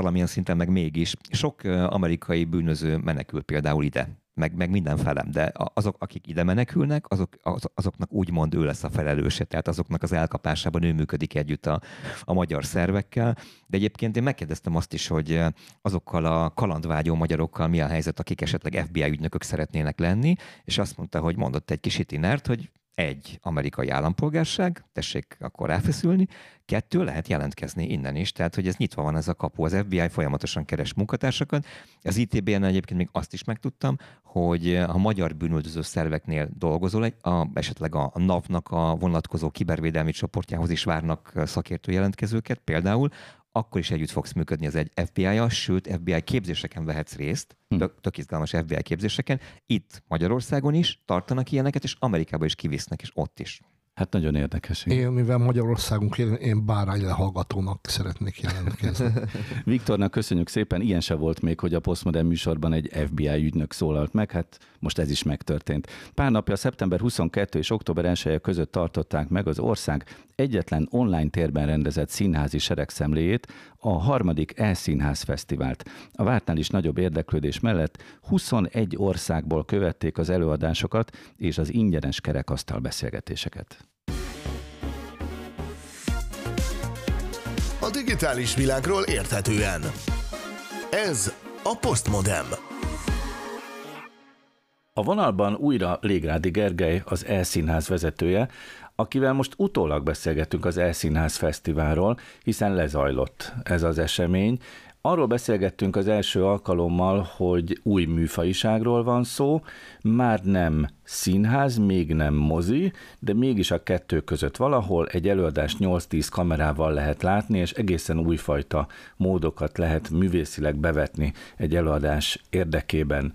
szinten meg mégis. Sok amerikai bűnöző menekül például ide, meg, meg mindenfelem, de azok, akik ide menekülnek, azok, az, azoknak úgymond ő lesz a felelőse, tehát azoknak az elkapásában ő működik együtt a, a magyar szervekkel. De egyébként én megkérdeztem azt is, hogy azokkal a kalandvágyó magyarokkal mi a helyzet, akik esetleg ef bé i ügynökök szeretnének lenni, és azt mondta, hogy mondott egy kis itinert, hogy egy, amerikai állampolgárság, tessék akkor ráfeszülni, kettő, lehet jelentkezni innen is, tehát hogy ez nyitva van ez a kapu, az ef bé i folyamatosan keres munkatársakat. Az i té bé-en egyébként még azt is megtudtam, hogy a magyar bűnüldöző szerveknél dolgozol, egy, a, esetleg a NAV-nak a vonatkozó kibervédelmi csoportjához is várnak szakértő jelentkezőket például, akkor is együtt fogsz működni az egy ef bé i-jal, sőt, ef bé i képzéseken vehetsz részt, tök, tök izgalmas ef bé i képzéseken. Itt Magyarországon is tartanak ilyeneket, és Amerikában is kivisznek, és ott is. Hát nagyon érdekes. Én, mivel Magyarországon én, én báránylehallgatónak szeretnék jelentkezni. Viktornak köszönjük szépen, ilyen se volt még, hogy a Postmodern műsorban egy ef bé i ügynök szólalt meg, hát most ez is megtörtént. Pár napja szeptember huszonkettő és október elseje között tartották meg az ország egyetlen online térben rendezett színházi seregszemléjét, a harmadik E-színház fesztivált. A vártnál is nagyobb érdeklődés mellett huszonegy országból követték az előadásokat és az ingyenes kerekasztal beszélgetéseket. A digitális világról érthetően. Ez a Postmodern. A vonalban újra Légrádi Gergely, az E-színház vezetője, akivel most utólag beszélgettünk az E-színház fesztiválról, hiszen lezajlott ez az esemény. Arról beszélgettünk az első alkalommal, hogy új műfajiságról van szó, már nem színház, még nem mozi, de mégis a kettő között valahol egy előadást nyolc-tíz kamerával lehet látni, és egészen újfajta módokat lehet művészileg bevetni egy előadás érdekében.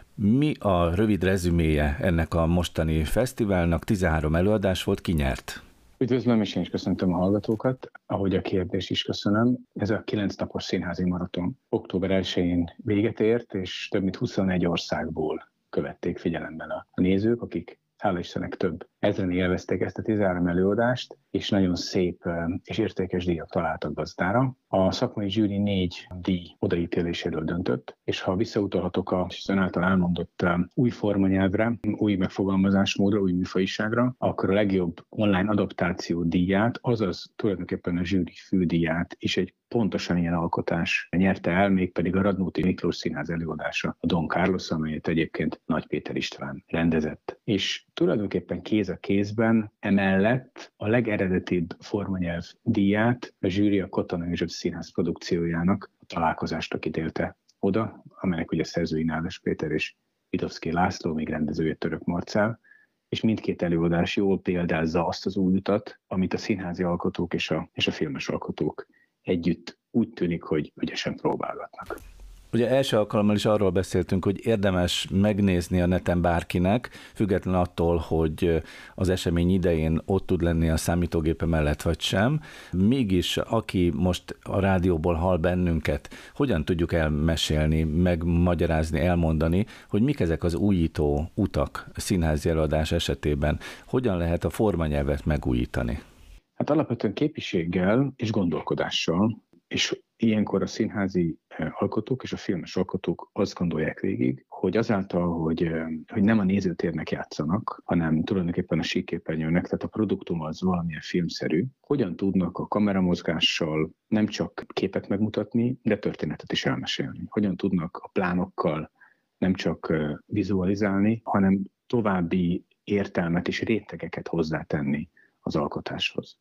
Mi a rövid rezüméje ennek a mostani fesztiválnak? tizenhárom előadás volt, ki nyert? Üdvözlöm, és én is köszöntöm a hallgatókat. Ahogy a kérdés is köszönöm. Ez a kilenc napos színházi maraton október elsején véget ért, és több mint huszonegy országból követték figyelemben a nézők, akik hála Istennek több ezren élvezték ezt a tizenhárom előadást, és nagyon szép és értékes díjak találtak gazdára. A szakmai zsűri négy díj odaítéléséről döntött, és ha visszautalhatok a ön által elmondott új formanyelvre, új megfogalmazásmódra, új műfajiságra, akkor a legjobb online adaptáció díját, azaz tulajdonképpen a zsűri fődíját is egy pontosan ilyen alkotás nyerte el, mégpedig a Radnóti Miklós Színház előadása, a Don Carlos, amelyet egyébként Nagy Péter István rendezett. És tulajdonképpen kéz a kézben emellett a legeredetibb formanyelv díját a zsűri a Katona József Színház produkciójának a Találkozásnak ítélte oda, amelynek ugye szerzői Nádas Péter és Vidovszky László, még rendezője Török Marcell, és mindkét előadás jól példázza azt az új utat, amit a színházi alkotók és a, és a filmes alkotók együtt úgy tűnik, hogy ügyesen próbálgatnak. Ugye első alkalommal is arról beszéltünk, hogy érdemes megnézni a neten bárkinek, független attól, hogy az esemény idején ott tud lenni a számítógépe mellett vagy sem. Mégis, aki most a rádióból hall bennünket, hogyan tudjuk elmesélni, megmagyarázni, elmondani, hogy mik ezek az újító utak a színházi előadás esetében? Hogyan lehet a formanyelvet megújítani? Hát alapvetően képiséggel és gondolkodással, és ilyenkor a színházi alkotók és a filmes alkotók azt gondolják végig, hogy azáltal, hogy, hogy nem a nézőtérnek játszanak, hanem tulajdonképpen a síkképernyőnek, tehát a produktum az valamilyen filmszerű, hogyan tudnak a kameramozgással nem csak képet megmutatni, de történetet is elmesélni. Hogyan tudnak a plánokkal nem csak vizualizálni, hanem további értelmet és rétegeket hozzátenni az alkotáshoz.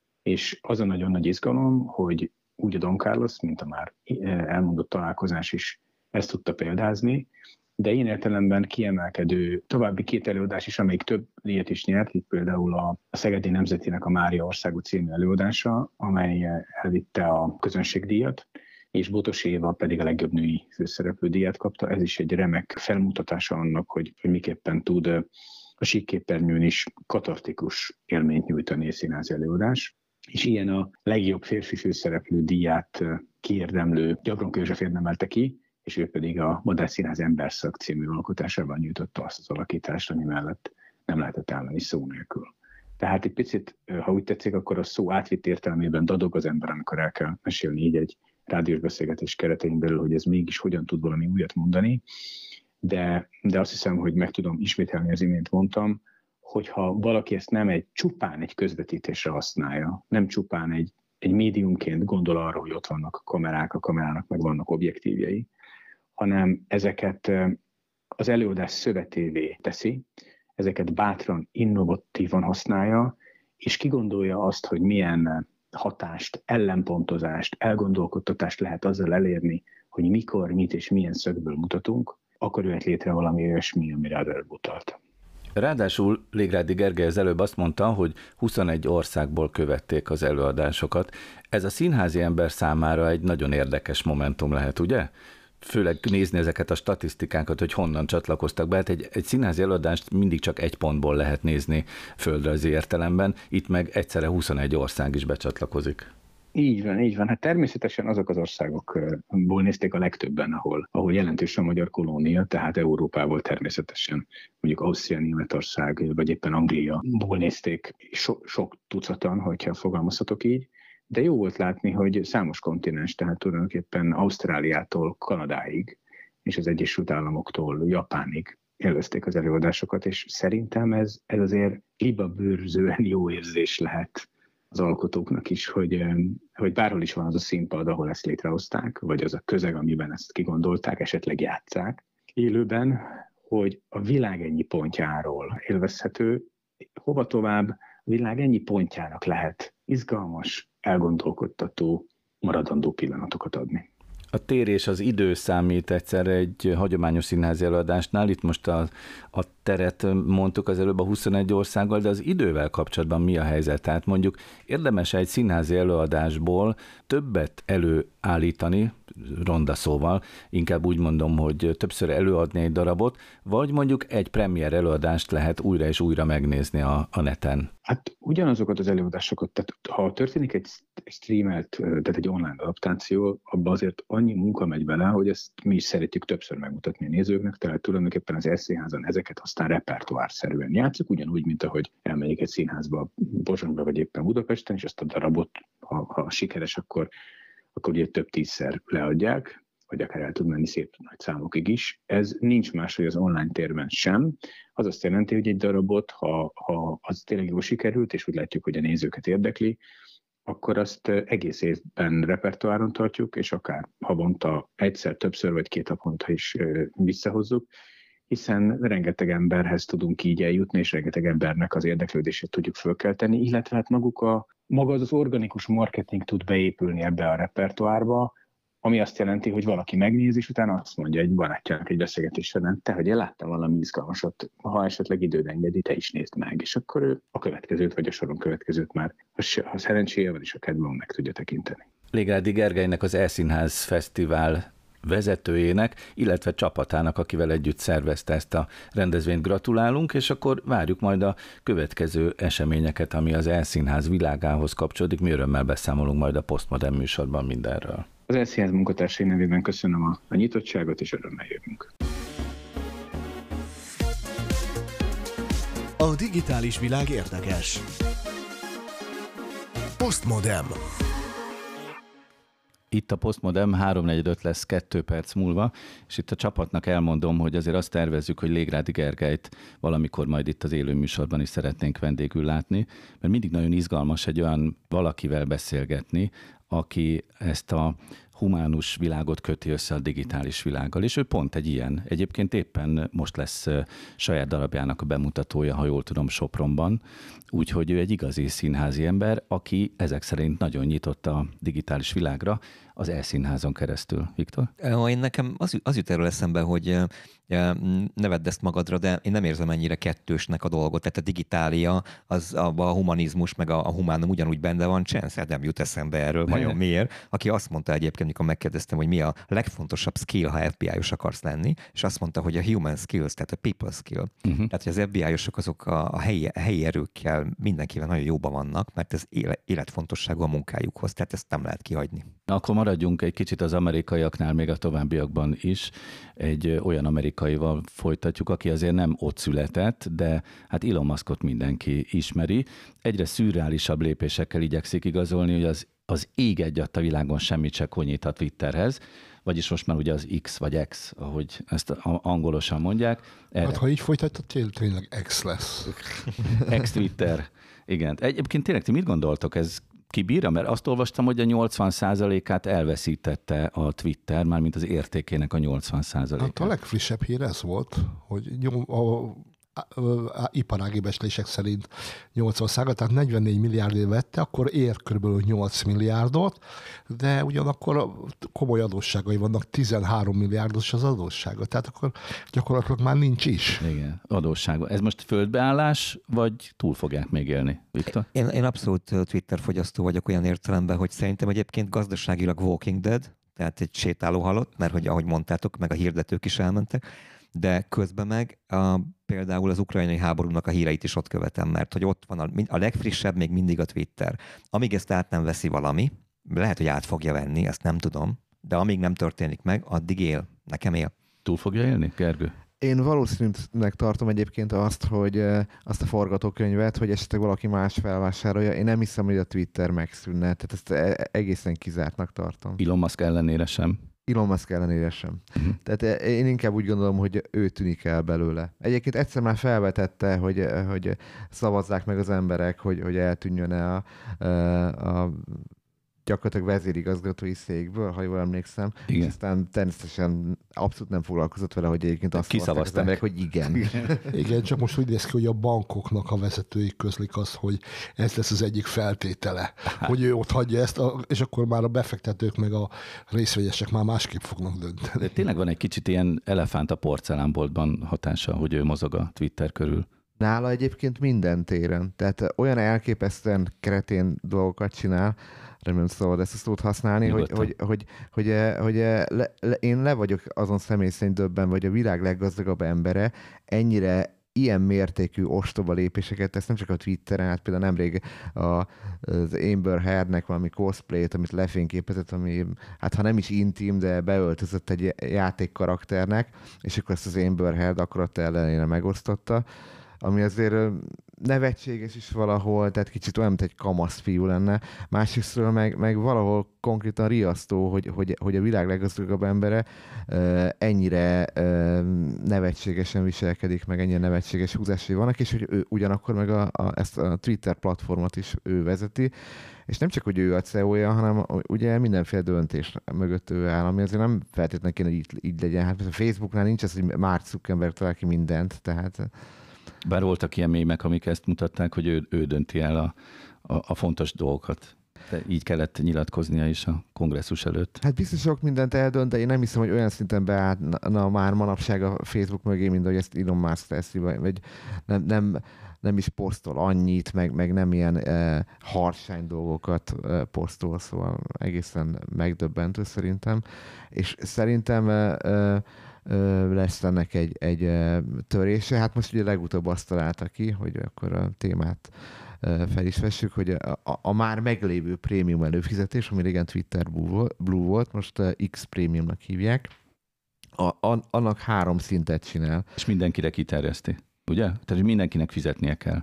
És az a nagyon nagy izgalom, hogy úgy a Don Carlos, mint a már elmondott Találkozás is ezt tudta példázni, de én értelemben kiemelkedő további két előadás is, amelyik több díjat is nyert, itt például a Szegedi Nemzetinek a Mária Országú című előadása, amely elvitte a közönségdíjat, és Botos Éva pedig a legjobb női főszereplő díjat kapta. Ez is egy remek felmutatása annak, hogy, hogy miképpen tud a síkképernyőn is katartikus élményt nyújtani a színházi előadás. És ilyen a legjobb férfi főszereplő díját kiérdemlő Gyabronka József érdemelte ki, és ő pedig a Madách Színház Emberszak című alkotásában nyújtotta azt az alakítást, ami mellett nem lehetett állni szó nélkül. Tehát egy picit, ha úgy tetszik, akkor a szó átvitt értelmében dadog az ember, amikor el kell mesélni így egy rádiós beszélgetés keretein belül, hogy ez mégis hogyan tud valami újat mondani, de, de azt hiszem, hogy meg tudom ismételni, az imént mondtam, hogyha valaki ezt nem egy csupán egy közvetítésre használja, nem csupán egy, egy médiumként gondol arra, hogy ott vannak kamerák, a kamerának meg vannak objektívjei, hanem ezeket az előadás szövetévé teszi, ezeket bátran, innovatívan használja, és kigondolja azt, hogy milyen hatást, ellenpontozást, elgondolkodtatást lehet azzal elérni, hogy mikor, mit és milyen szögből mutatunk, akkor jöhet létre valami olyasmi, amire előbb utalt. Ráadásul Légrádi Gergely az előbb azt mondta, hogy huszonegy országból követték az előadásokat. Ez a színházi ember számára egy nagyon érdekes momentum lehet, ugye? Főleg nézni ezeket a statisztikákat, hogy honnan csatlakoztak be. Hát egy, egy színházi előadást mindig csak egy pontból lehet nézni földrajzi értelemben, itt meg egyszerre huszonegy ország is becsatlakozik. Így van, így van. Hát természetesen azok az országokból nézték a legtöbben, ahol, ahol jelentős a magyar kolónia, tehát Európából természetesen, mondjuk Ausztria, Németország, vagy éppen Angliaból nézték so, sok tucatan, hogyha fogalmazhatok így. De jó volt látni, hogy számos kontinens, tehát tulajdonképpen Ausztráliától Kanadáig, és az Egyesült Államoktól Japánig élvezték az előadásokat, és szerintem ez, ez azért libabőrzően jó érzés lehet az alkotóknak is, hogy, hogy bárhol is van az a színpad, ahol ezt létrehozták, vagy az a közeg, amiben ezt kigondolták, esetleg játsszák élőben, hogy a világ ennyi pontjáról élvezhető, hova tovább, a világ ennyi pontjának lehet izgalmas, elgondolkodtató, maradandó pillanatokat adni. A tér és az idő számít egyszerre egy hagyományos színházi előadásnál. Itt most a, a teret mondtuk az előbb a huszonegy országgal, de az idővel kapcsolatban mi a helyzet? Tehát mondjuk érdemes egy színházi előadásból többet előállítani, ronda szóval, inkább úgy mondom, hogy többször előadni egy darabot, vagy mondjuk egy premier előadást lehet újra és újra megnézni a, a neten? Hát ugyanazokat az előadásokat, tehát ha történik egy streamelt, tehát egy online adaptáció, abban azért annyi munka megy bele, hogy ezt mi is szeretjük többször megmutatni a nézőknek, tehát tulajdonképpen az színházon ezeket aztán repertoárszerűen játszuk, ugyanúgy, mint ahogy elmegyek egy színházba, Pozsonyba vagy éppen Budapesten, és azt a darabot, ha, ha sikeres, akkor, akkor ugye több tízszer leadják, vagy akár el tud menni szép nagy számokig is. Ez nincs más, hogy az online térben sem. Az azt jelenti, hogy egy darabot, ha, ha az tényleg jól sikerült, és úgy látjuk, hogy a nézőket érdekli, akkor azt egész évben repertoáron tartjuk, és akár havonta egyszer, többször vagy két havonta is visszahozzuk, hiszen rengeteg emberhez tudunk így eljutni, és rengeteg embernek az érdeklődését tudjuk fölkelteni, illetve hát maguk a, maga az, az organikus marketing tud beépülni ebbe a repertoárba, ami azt jelenti, hogy valaki megnézi, és utána azt mondja egy barátjának egy beszélgetés során, te, hogy én láttam valami izgalmasat, ha esetleg időd engedi, te is nézd meg, és akkor ő a következőt, vagy a soron következőt már, ha szerencséje van, és a kedvem meg tudja tekinteni. Légrádi Gergelynek, az E-Színház Fesztivál vezetőjének, illetve csapatának, akivel együtt szervezte ezt a rendezvényt, gratulálunk, és akkor várjuk majd a következő eseményeket, ami az E-Színház világához kapcsolódik. Mi örömmel beszámolunk majd a Postmodern műsorban mindenről. Az E-Színház munkatársai nevében köszönöm a, a nyitottságot, és örömmel jövünk. A digitális világ érdekes. Postmodern. Itt a Postmodern háromnegyed lesz kettő perc múlva, és itt a csapatnak elmondom, hogy azért azt tervezzük, hogy Légrádi Gergelyt valamikor majd itt az élő műsorban is szeretnénk vendégül látni, mert mindig nagyon izgalmas egy olyan valakivel beszélgetni, aki ezt a humánus világot köti össze a digitális világgal, és ő pont egy ilyen. Egyébként éppen most lesz saját darabjának a bemutatója, ha jól tudom, Sopronban, úgyhogy ő egy igazi színházi ember, aki ezek szerint nagyon nyitott a digitális világra az E-Színházon keresztül. Viktor? Én nekem az, az jut erről eszembe, hogy ne vedd ezt magadra, de én nem érzem ennyire kettősnek a dolgot. Tehát a digitália, az abban a humanizmus, meg a, a humánum ugyanúgy benne van. Chance nem jut eszembe erről, vajon miért? Aki azt mondta egyébként, mikor megkérdeztem, hogy mi a legfontosabb skill, ha ef bé i-os akarsz lenni, és azt mondta, hogy a human skills, tehát a people skill. Uh-huh. Tehát, hogy az ef bé i-osok azok a, a helyi, a helyi erőkkel mindenkivel nagyon jóban vannak, mert ez élet, életfontosságú a munkájukhoz, tehát ezt nem lehet kihagyni. Akkor maradjunk egy kicsit az amerikaiaknál, még a továbbiakban is. Egy olyan amerikaival folytatjuk, aki azért nem ott született, de hát Elon Muskot mindenki ismeri. Egyre szürreálisabb lépésekkel igyekszik igazolni, hogy az, az ég egyatt a világon semmit se konyít a Twitterhez, vagyis most már ugye az X vagy X, ahogy ezt angolosan mondják. Erre... Hát ha így folytatod, tényleg X lesz. X-Twitter. Igen. Egyébként tényleg ti mit gondoltok, ez kibírja? Mert azt olvastam, hogy a nyolcvan százalékát elveszítette a Twitter, mármint az értékének a nyolcvan százalékát. Hát a legfrissebb hír ez volt, hogy a, a, a, a iparági becslések szerint nyolcvan százalék, tehát negyvennégy milliárdért vette, akkor ér kb. nyolc milliárdot, de ugyanakkor komoly adósságai vannak, tizenhárom milliárdos az adóssága, tehát akkor gyakorlatilag már nincs is. Igen, adóssága. Ez most földbeállás, vagy túl fogják még élni, Viktor? Én, én abszolút Twitter fogyasztó vagyok olyan értelemben, hogy szerintem egyébként gazdaságilag Walking Dead, tehát egy sétáló halott, mert hogy ahogy mondtátok, meg a hirdetők is elmentek, de közben meg a, például az ukrajnai háborúnak a híreit is ott követem, mert hogy ott van a, a legfrissebb még mindig a Twitter. Amíg ezt át nem veszi valami, lehet, hogy át fogja venni, ezt nem tudom, de amíg nem történik meg, addig él. Nekem él. Túl fogja élni, Gergő? Én valószínűleg tartom egyébként azt, hogy azt a forgatókönyvet, hogy esetleg valaki más felvásárolja. Én nem hiszem, hogy a Twitter megszűnne, tehát ezt egészen kizártnak tartom. Elon Musk ellenére sem. Elon Musk ellenére sem. Uh-huh. Tehát én inkább úgy gondolom, hogy ő tűnik el belőle. Egyébként egyszer már felvetette, hogy, hogy szavazzák meg az emberek, hogy, hogy eltűnjön-e a, a gyakorlatilag vezérigazgatói székből, ha jól emlékszem. Igen. És aztán természetesen abszolút nem foglalkozott vele, hogy egyébként azt szavazták az emberek, hogy igen. igen. Igen, csak most úgy néz ki, hogy a bankoknak a vezetői közlik az, hogy ez lesz az egyik feltétele, hogy ő ott hagyja ezt, és akkor már a befektetők meg a részvényesek már másképp fognak dönteni. De tényleg van egy kicsit ilyen elefánt a porcelánboltban hatása, hogy ő mozog a Twitter körül. Nála egyébként minden téren. Tehát olyan elképesztően kretén dolgokat csinál, remélem szabad ezt a szót használni, hogy, hogy, hogy, hogy, hogy le, le, én le vagyok azon személy szerint döbben, vagy a világ leggazdagabb embere ennyire ilyen mértékű ostoba lépéseket tesz, nem csak a Twitteren, hát például nemrég a, az Amber Heardnek valami cosplayt, amit lefényképezett, ami hát ha nem is intim, de beöltözött egy játékkarakternek, és akkor ezt az Amber Heard akarat ellenére megosztotta, ami azért nevetséges is valahol, tehát kicsit olyan, mint egy kamasz fiú lenne. Másrésztről meg, meg valahol konkrétan riasztó, hogy, hogy, hogy a világ leggazdagabb embere uh, ennyire uh, nevetségesen viselkedik, meg ennyire nevetséges húzásai vannak, és hogy ő ugyanakkor meg a, a, ezt a Twitter platformot is ő vezeti, és nem csak, hogy ő a cé e o-ja, hanem ugye mindenféle döntés mögött ő áll, ami azért nem feltétlenül kéne, hogy így, így legyen. Hát a Facebooknál nincs az, hogy Mark Zuckerberg talál ki mindent, tehát... Bár voltak ilyen mémek, amik ezt mutatták, hogy ő, ő dönti el a, a, a fontos dolgokat. De így kellett nyilatkoznia is a kongresszus előtt. Hát biztos sok mindent eldönt, de én nem hiszem, hogy olyan szinten beállna már manapság a Facebook mögé, mint ahogy ezt Elon Musk teszi, vagy nem, nem, nem is posztol annyit, meg, meg nem ilyen eh, harsány dolgokat eh, posztol, szóval egészen megdöbbentő szerintem. És szerintem eh, lesz ennek egy, egy törése. Hát most ugye legutóbb azt találta ki, hogy akkor a témát fel is vessük, hogy a, a, a már meglévő prémium előfizetés, ami régen Twitter Blue volt, most X prémiumnak hívják, a, a, annak három szintet csinál. És mindenkire kiterjeszti, ugye? Tehát, hogy mindenkinek fizetnie kell.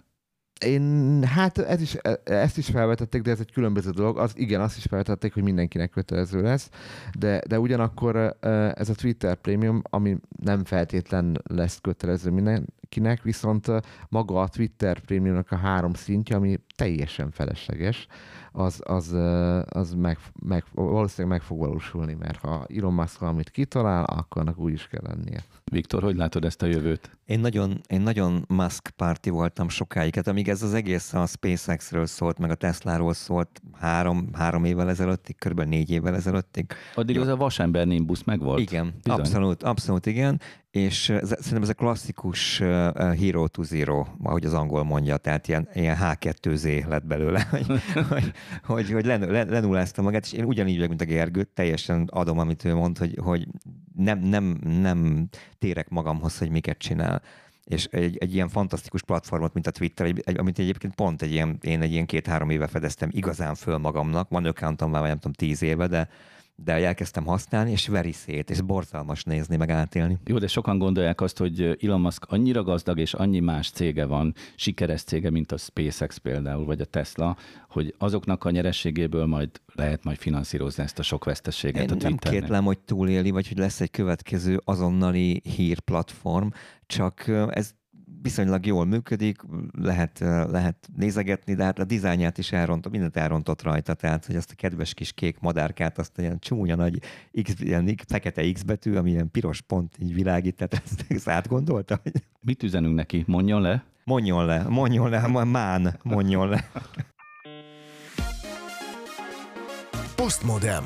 Én, hát ez is, ezt is felvetették, de ez egy különböző dolog. Az, igen, azt is felvetették, hogy mindenkinek kötelező lesz, de, de ugyanakkor ez a Twitter Premium, ami nem feltétlen lesz kötelező mindenkinek, viszont maga a Twitter Premiumnak a három szintje, ami teljesen felesleges, az, az, az meg, meg, valószínűleg meg fog valósulni, mert ha Elon Musk valamit kitalál, akkor annak úgy is kell lennie. Viktor, hogy látod ezt a jövőt? Én nagyon, én nagyon Musk párti voltam sokáig, hát amíg ez az egész a SpaceX-ről szólt, meg a Tesláról szólt három, három évvel ezelőttig, körülbelül négy évvel ezelőttig. Addig az a vasember nimbusz megvolt. Igen, bizony. abszolút, abszolút igen, és ez, szerintem ez a klasszikus uh, hero to zero, ahogy az angol mondja, tehát ilyen, ilyen há kettő zé lett belőle, hogy, hogy, hogy, hogy len, len, lenullázta magát, és én ugyanígy vagyok, mint a Gergő, teljesen adom, amit ő mond, hogy, hogy nem, nem, nem térek magamhoz, hogy miket csinál. és egy, egy ilyen fantasztikus platformot, mint a Twitter, egy, egy, amit egyébként pont egy ilyen, én egy ilyen két-három éve fedeztem igazán föl magamnak, van accountom már nem tudom tíz éve, de de elkezdtem használni, és veri szét, és borzalmas nézni, meg átélni. Jó, de sokan gondolják azt, hogy Elon Musk annyira gazdag, és annyi más cége van, sikeres cége, mint a SpaceX például, vagy a Tesla, hogy azoknak a nyerességéből majd lehet majd finanszírozni ezt a sok veszteséget Én a Twitternek. nem kétlem, hogy túléli, vagy hogy lesz egy következő azonnali hírplatform, csak ez viszonylag jól működik, lehet, lehet nézegetni, de hát a dizájnját is elrontott, mindent elrontott rajta, tehát hogy azt a kedves kis kék madárkát, azt ilyen csúnya nagy X, ilyen fekete X betű, ami ilyen piros pont így világít, tehát ezt, ezt átgondolta? Hogy... Mit üzenünk neki? Mondjon le? Mondjon le, mondjon le, mán, mondjon le. Postmodem.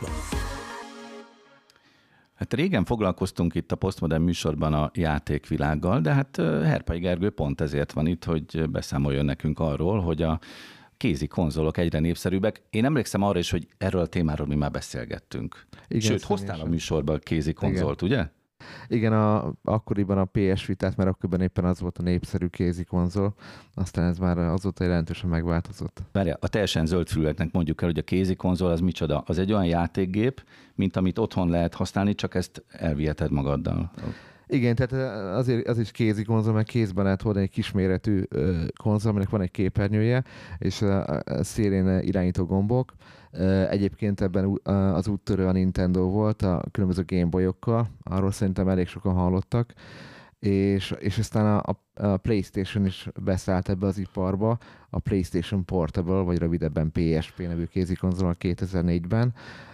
Hát régen foglalkoztunk itt a Postmodern műsorban a játékvilággal, de hát Herpai Gergő pont ezért van itt, hogy beszámoljon nekünk arról, hogy a kézi konzolok egyre népszerűbbek. Én emlékszem arra is, hogy erről a témáról mi már beszélgettünk. Igen, sőt, hoztál a műsorba a kézi konzolt, igen. Ugye? Igen, a, akkoriban a pé es Vitát, mert akkoriban éppen az volt a népszerű kézi konzol, aztán ez már azóta jelentősen megváltozott. Várja, a teljesen zöldfüleknek mondjuk el, hogy a kézi konzol az micsoda? Az egy olyan játékgép, mint amit otthon lehet használni, csak ezt elviheted magaddal. Igen, tehát azért az is kézi konzol, mert kézben lehet hordani egy kisméretű konzol, aminek van egy képernyője, és a szélén irányító gombok. Egyébként ebben az úttörő a Nintendo volt, a különböző Gameboyokkal, arról szerintem elég sokan hallottak, és, és aztán a, a PlayStation is beszállt ebbe az iparba, a PlayStation Portable, vagy rövidebben pé es pé nevű kézikonzol kétezer-négyben.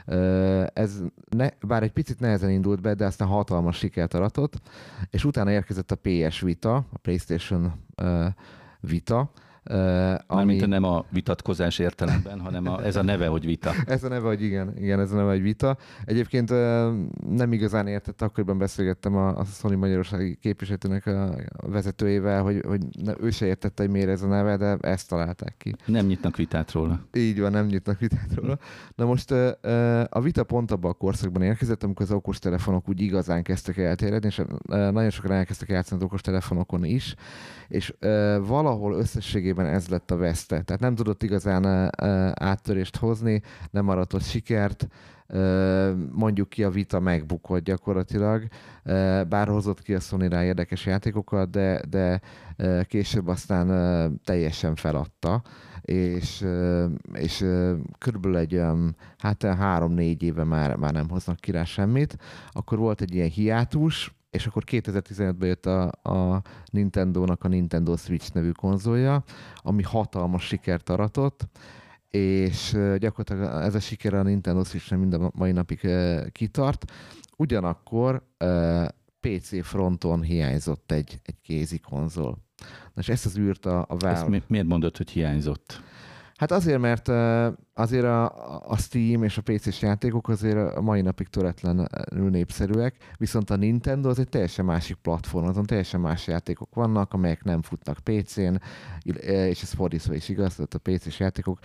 Ez ne, bár egy picit nehezen indult be, de aztán hatalmas sikert aratott, és utána érkezett a pé es Vita, a PlayStation uh, Vita, Uh, Mármint ami... nem a vitatkozás értelemben, hanem a, ez a neve, hogy vita. Ez a neve, hogy igen, igen, ez a neve, hogy vita. Egyébként uh, nem igazán értett, akkoriban beszélgettem a, a Sony Magyarországi képviselőnek a vezetőjével, hogy, hogy ne, ő se értette, hogy miért ez a neve, de ezt találták ki. Nem nyitnak vitát róla. Így van, nem nyitnak vitát róla. Na most uh, a vita pont abban a korszakban érkezett, amikor az okostelefonok úgy igazán kezdtek elterjedni, és uh, nagyon sokan elkezdtek játszani az okostelefonokon is, és uh, valahol összességében ez lett a veszte. Tehát nem tudott igazán uh, áttörést hozni, nem aratott sikert, uh, mondjuk ki a Vita megbukott gyakorlatilag, uh, bár hozott ki a Sony rá érdekes játékokat, de, de uh, később aztán uh, teljesen feladta, és, uh, és uh, körülbelül egy um, hát három-négy éve már, már nem hoznak ki rá semmit. Akkor volt egy ilyen hiátus, és akkor kétezer-tizenötben jött a, a Nintendónak a Nintendo Switch nevű konzolja, ami hatalmas sikert aratott, és gyakorlatilag ez a siker a Nintendo Switch-en mind a mai napig kitart. Ugyanakkor pé cé fronton hiányzott egy, egy kézi konzol. Na, és ezt az űrt a, a Valve... Ezt mi, miért mondod, hogy hiányzott? Hát azért, mert azért a, a Steam és a pé cés játékok azért a mai napig töretlenül népszerűek, viszont a Nintendo az egy teljesen másik platform, azon teljesen más játékok vannak, amelyek nem futnak pé cén, és ez fordítva is igaz, a pé cés játékok,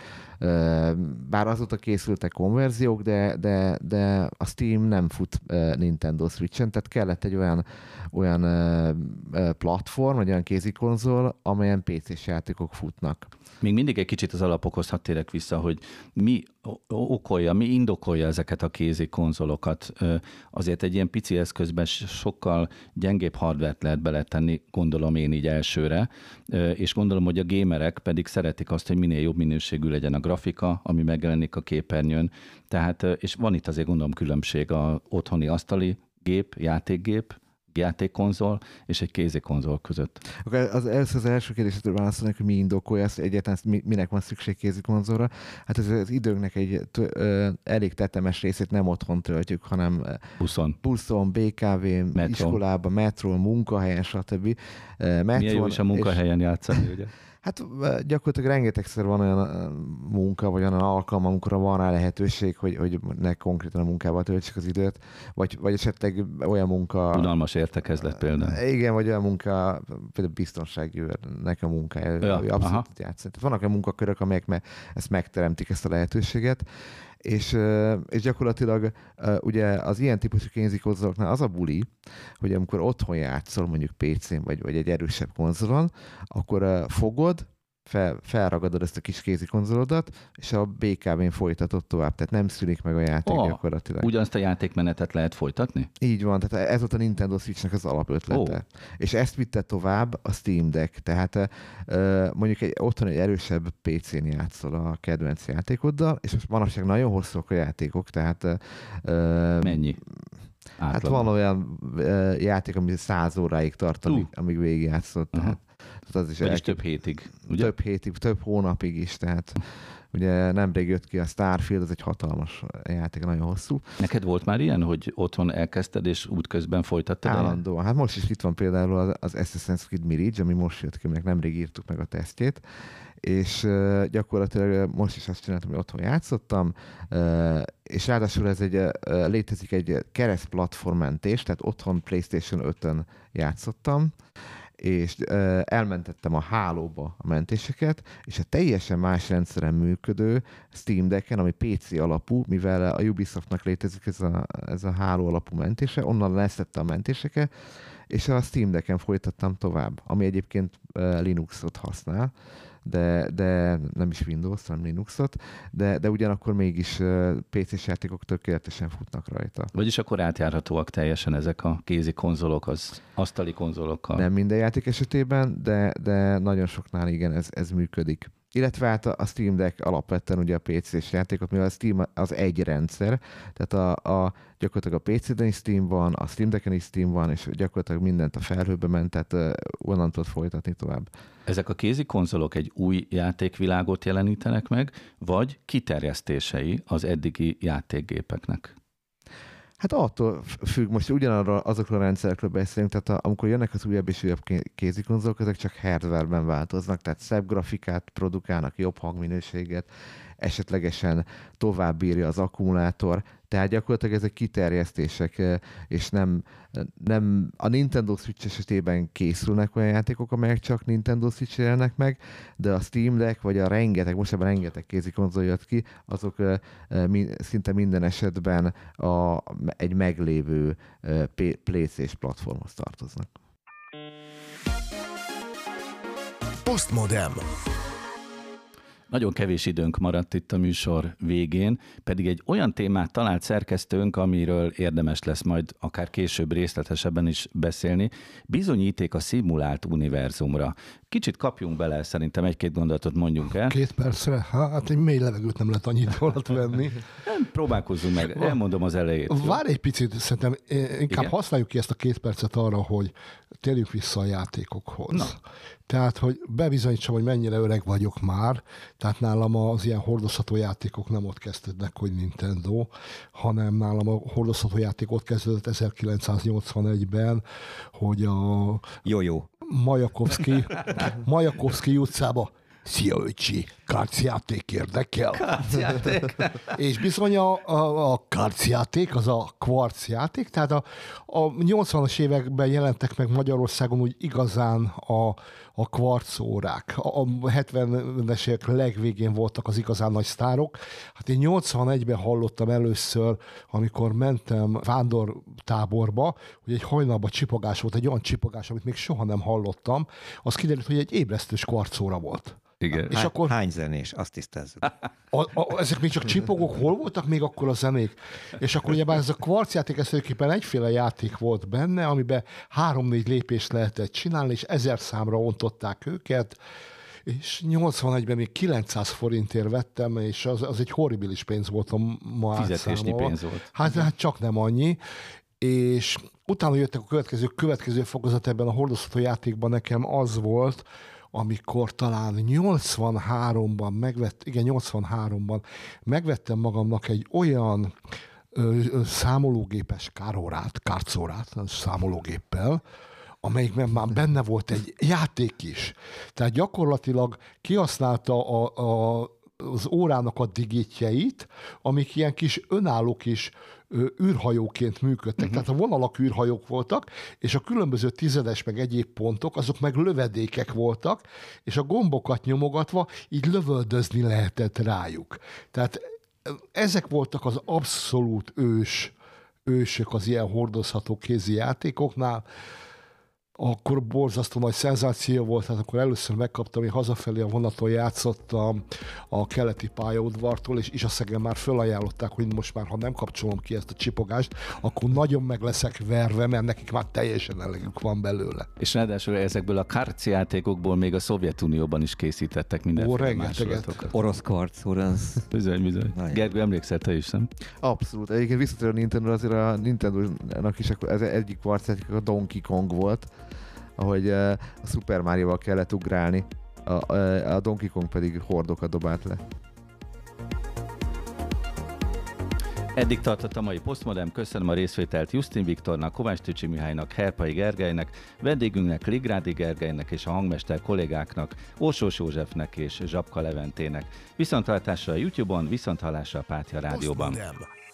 bár azóta készültek konverziók, de, de, de a Steam nem fut Nintendo Switchen, tehát kellett egy olyan, olyan platform, vagy olyan kézikonzol, amelyen pé cés játékok futnak. Még mindig egy kicsit az alapokhoz hadd térek vissza, hogy mi okolja, mi indokolja ezeket a kézi konzolokat. Azért egy ilyen pici eszközben sokkal gyengébb hardvert lehet beletenni, gondolom én így elsőre, és gondolom, hogy a gamerek pedig szeretik azt, hogy minél jobb minőségű legyen a grafika, ami megjelenik a képernyőn. Tehát, és van itt azért gondolom különbség a otthoni asztali gép, játékgép, játékkonzol és egy kézikonzol között. Okay, az, az, az első kérdésre válaszolnak, hogy mi indokolja ezt, egyáltalán minek van szükség kézikonzolra. Hát ez az időnknek egy t- ö, elég tetemes részét nem otthon töltjük, hanem buszon, buszon bé ká vé, metro. Iskolában, metrón, munkahelyen, stb. Metron, milyen jó is a munkahelyen és... játszani, ugye? Hát gyakorlatilag rengetegszer van olyan munka, vagy olyan alkalma, amikor van rá lehetőség, hogy, hogy ne konkrétan a munkával töltsük az időt, vagy, vagy esetleg olyan munka... Unalmas értekezlet például. Igen, vagy olyan munka, például biztonsági őrnek a munkája, ja, abszolút játszani. Tehát vannak olyan munkakörök, amelyek me, ezt megteremtik, ezt a lehetőséget, És, és gyakorlatilag ugye az ilyen típusú kézikonzoloknál az a buli, hogy amikor otthon játszol, mondjuk pé cén vagy, vagy egy erősebb konzolon, akkor fogod, Fel, felragadod ezt a kis kézikonzolodat, és a bé ká bén folytatod tovább, tehát nem szűnik meg a játék oh, gyakorlatilag. Ugyanazt a játékmenetet lehet folytatni? Így van, tehát ez volt a Nintendo Switchnek az alapötlete. Oh. És ezt vitte tovább a Steam Deck, tehát mondjuk egy, otthon egy erősebb pé cén játszol a kedvenc játékoddal, és most manapság nagyon hosszúak a játékok, tehát... Mennyi? Hát Átlagban. Van olyan játék, ami száz óráig tart, amíg, uh. amíg végigjátszott, tehát uh-huh. Az is Vagyis több hétig, ugye? Több hétig, több hónapig is, tehát ugye nemrég jött ki a Starfield, ez egy hatalmas játék, nagyon hosszú. Neked volt már ilyen, hogy otthon elkezdted, és útközben folytattad? Állandóan. Hát most is itt van például az Assassin's Creed Mirage, ami most jött ki, meg nemrég írtuk meg a tesztjét, és uh, gyakorlatilag most is azt csináltam, hogy otthon játszottam, uh, és ráadásul ez egy, uh, létezik egy keresztplatformmentés, tehát otthon PlayStation ötön játszottam, és uh, elmentettem a hálóba a mentéseket, és a teljesen más rendszeren működő Steam Decken, ami pé cé alapú, mivel a Ubisoftnak létezik ez a, ez a háló alapú mentése, onnan leszette a mentéseket, és a Steam Decken folytattam tovább, ami egyébként uh, Linuxot használ, de, de nem is Windows, hanem Linuxot, de, de ugyanakkor mégis uh, pé cés játékok tökéletesen futnak rajta. Vagyis akkor átjárhatóak teljesen ezek a kézi konzolok az asztali konzolokkal? Nem minden játék esetében, de, de nagyon soknál igen, ez, ez működik. Illetve hát a Steam Deck alapvetően ugye a pé cés játékot, mivel a Steam az egy rendszer, tehát a, a, gyakorlatilag a pé cén is Steam van, a Steam Decken is Steam van, és gyakorlatilag mindent a felhőbe ment, tehát uh, onnan tudod folytatni tovább. Ezek a kézi konzolok egy új játékvilágot jelenítenek meg, vagy kiterjesztései az eddigi játékgépeknek? Hát attól függ, most ugyanarra azokról a rendszerekről beszélünk, tehát a, amikor jönnek az újabb és újabb kézikonzolok, ezek csak hardwareben változnak, tehát szebb grafikát produkálnak, jobb hangminőséget, esetlegesen tovább bírja az akkumulátor, tehát gyakorlatilag ezek kiterjesztések, és nem, nem a Nintendo Switch esetében készülnek olyan játékok, amelyek csak Nintendo Switch jelennek meg, de a Steam Deck, vagy a rengeteg, most ebben rengeteg kézikonzol jött ki, azok szinte minden esetben a, egy meglévő pé cés platformhoz tartoznak. Postmodem. Nagyon kevés időnk maradt itt a műsor végén, pedig egy olyan témát talált szerkesztőnk, amiről érdemes lesz majd akár később részletesebben is beszélni. Bizonyíték a szimulált univerzumra. Kicsit kapjunk bele, szerintem egy-két gondolatot mondjunk el. Két percre? Hát egy mély levegőt nem lehet annyit alatt venni. Próbálkozzunk meg, elmondom az elejét. Várj egy picit, szerintem inkább Igen? használjuk ki ezt a két percet arra, hogy térjünk vissza a játékokhoz. Na. Tehát, hogy bebizonyítsam, hogy mennyire öreg vagyok már, tehát nálam az ilyen hordozható játékok nem ott kezdődnek, hogy Nintendo, hanem nálam a hordozható játék ott kezdődött ezerkilencszáznyolcvanegyben, hogy a Jó-jó. Majakovszki, Majakovszki utcába szia öcsi, kártyajáték érdekel? Kártyajáték. És bizony a, a, a kártyajáték, az a kvarc játék, tehát a, a nyolcvanas években jelentek meg Magyarországon úgy igazán a, a kvarc órák. A, a hetvenes évek legvégén voltak az igazán nagy sztárok. Hát én nyolcvanegyben hallottam először, amikor mentem vándortáborba, hogy egy hajnalban csipogás volt, egy olyan csipogás, amit még soha nem hallottam. Az kiderült, hogy egy ébresztős kvarcóra volt. Igen. És Hány, akkor... hány zenés? Azt tisztázzuk. A, a, ezek még csak csipogók, hol voltak még akkor a zenék? És akkor ugyebár ez a kvarcjáték, ez tulajdonképpen egyféle játék volt benne, amiben három-négy lépést lehetett csinálni, és ezer számra ontották őket, és nyolcvanegyben még kilencszáz forintért vettem, és az, az egy horribilis pénz volt a ma Fizetésnyi pénz volt. Hát, hát csak nem annyi. És utána jöttek a következő, következő fokozat ebben a hordozható játékban nekem az volt, amikor talán nyolcvanháromban megvett, igen, nyolcvanháromban megvettem magamnak egy olyan ö, ö, számológépes kárórát, kárcórát, számológéppel, amelyikben már benne volt egy játék is. Tehát gyakorlatilag kihasználta a, a, az órának a digitjeit, amik ilyen kis önálló kis űrhajóként működtek. Uh-huh. Tehát a vonalak űrhajók voltak, és a különböző tizedes meg egyéb pontok, azok meg lövedékek voltak, és a gombokat nyomogatva így lövöldözni lehetett rájuk. Tehát ezek voltak az abszolút ős, ősök az ilyen hordozható kézi játékoknál. Akkor borzasztó nagy szenzáció volt, hát akkor először megkaptam, hogy hazafelé a vonaton játszottam a keleti pályaudvartól, és Isaszegen már fölajánlották, hogy most már, ha nem kapcsolom ki ezt a csipogást, akkor nagyon meg leszek verve, mert nekik már teljesen elegük van belőle. És ráadásul ezekből a kártya játékokból még a Szovjetunióban is készítettek mindenféle másolatokat. Orosz karc, orosz. Bizony, bizony. Nagyon. Gergő, emlékszel te is, nem? Abszolút. Egyébként visszatérő a Nintendo, azért a Nintendo-nak is ez egyik karcjáték a Donkey Kong volt, ahogy a Super Mario-val kellett ugrálni, a, a, a Donkey Kong pedig hordokat dobált le. Eddig tartott a mai Postmodern, köszönöm a részvételt Justin Viktornak, Kovács Tücsi Mihálynak, Herpai Gergelynek, vendégünknek Ligrádi Gergelynek és a hangmester kollégáknak, Orsós Józsefnek és Zsapka Leventének. Viszonthallásra a YouTube-on, viszonthallásra a Pátia Rádióban. Postmodern.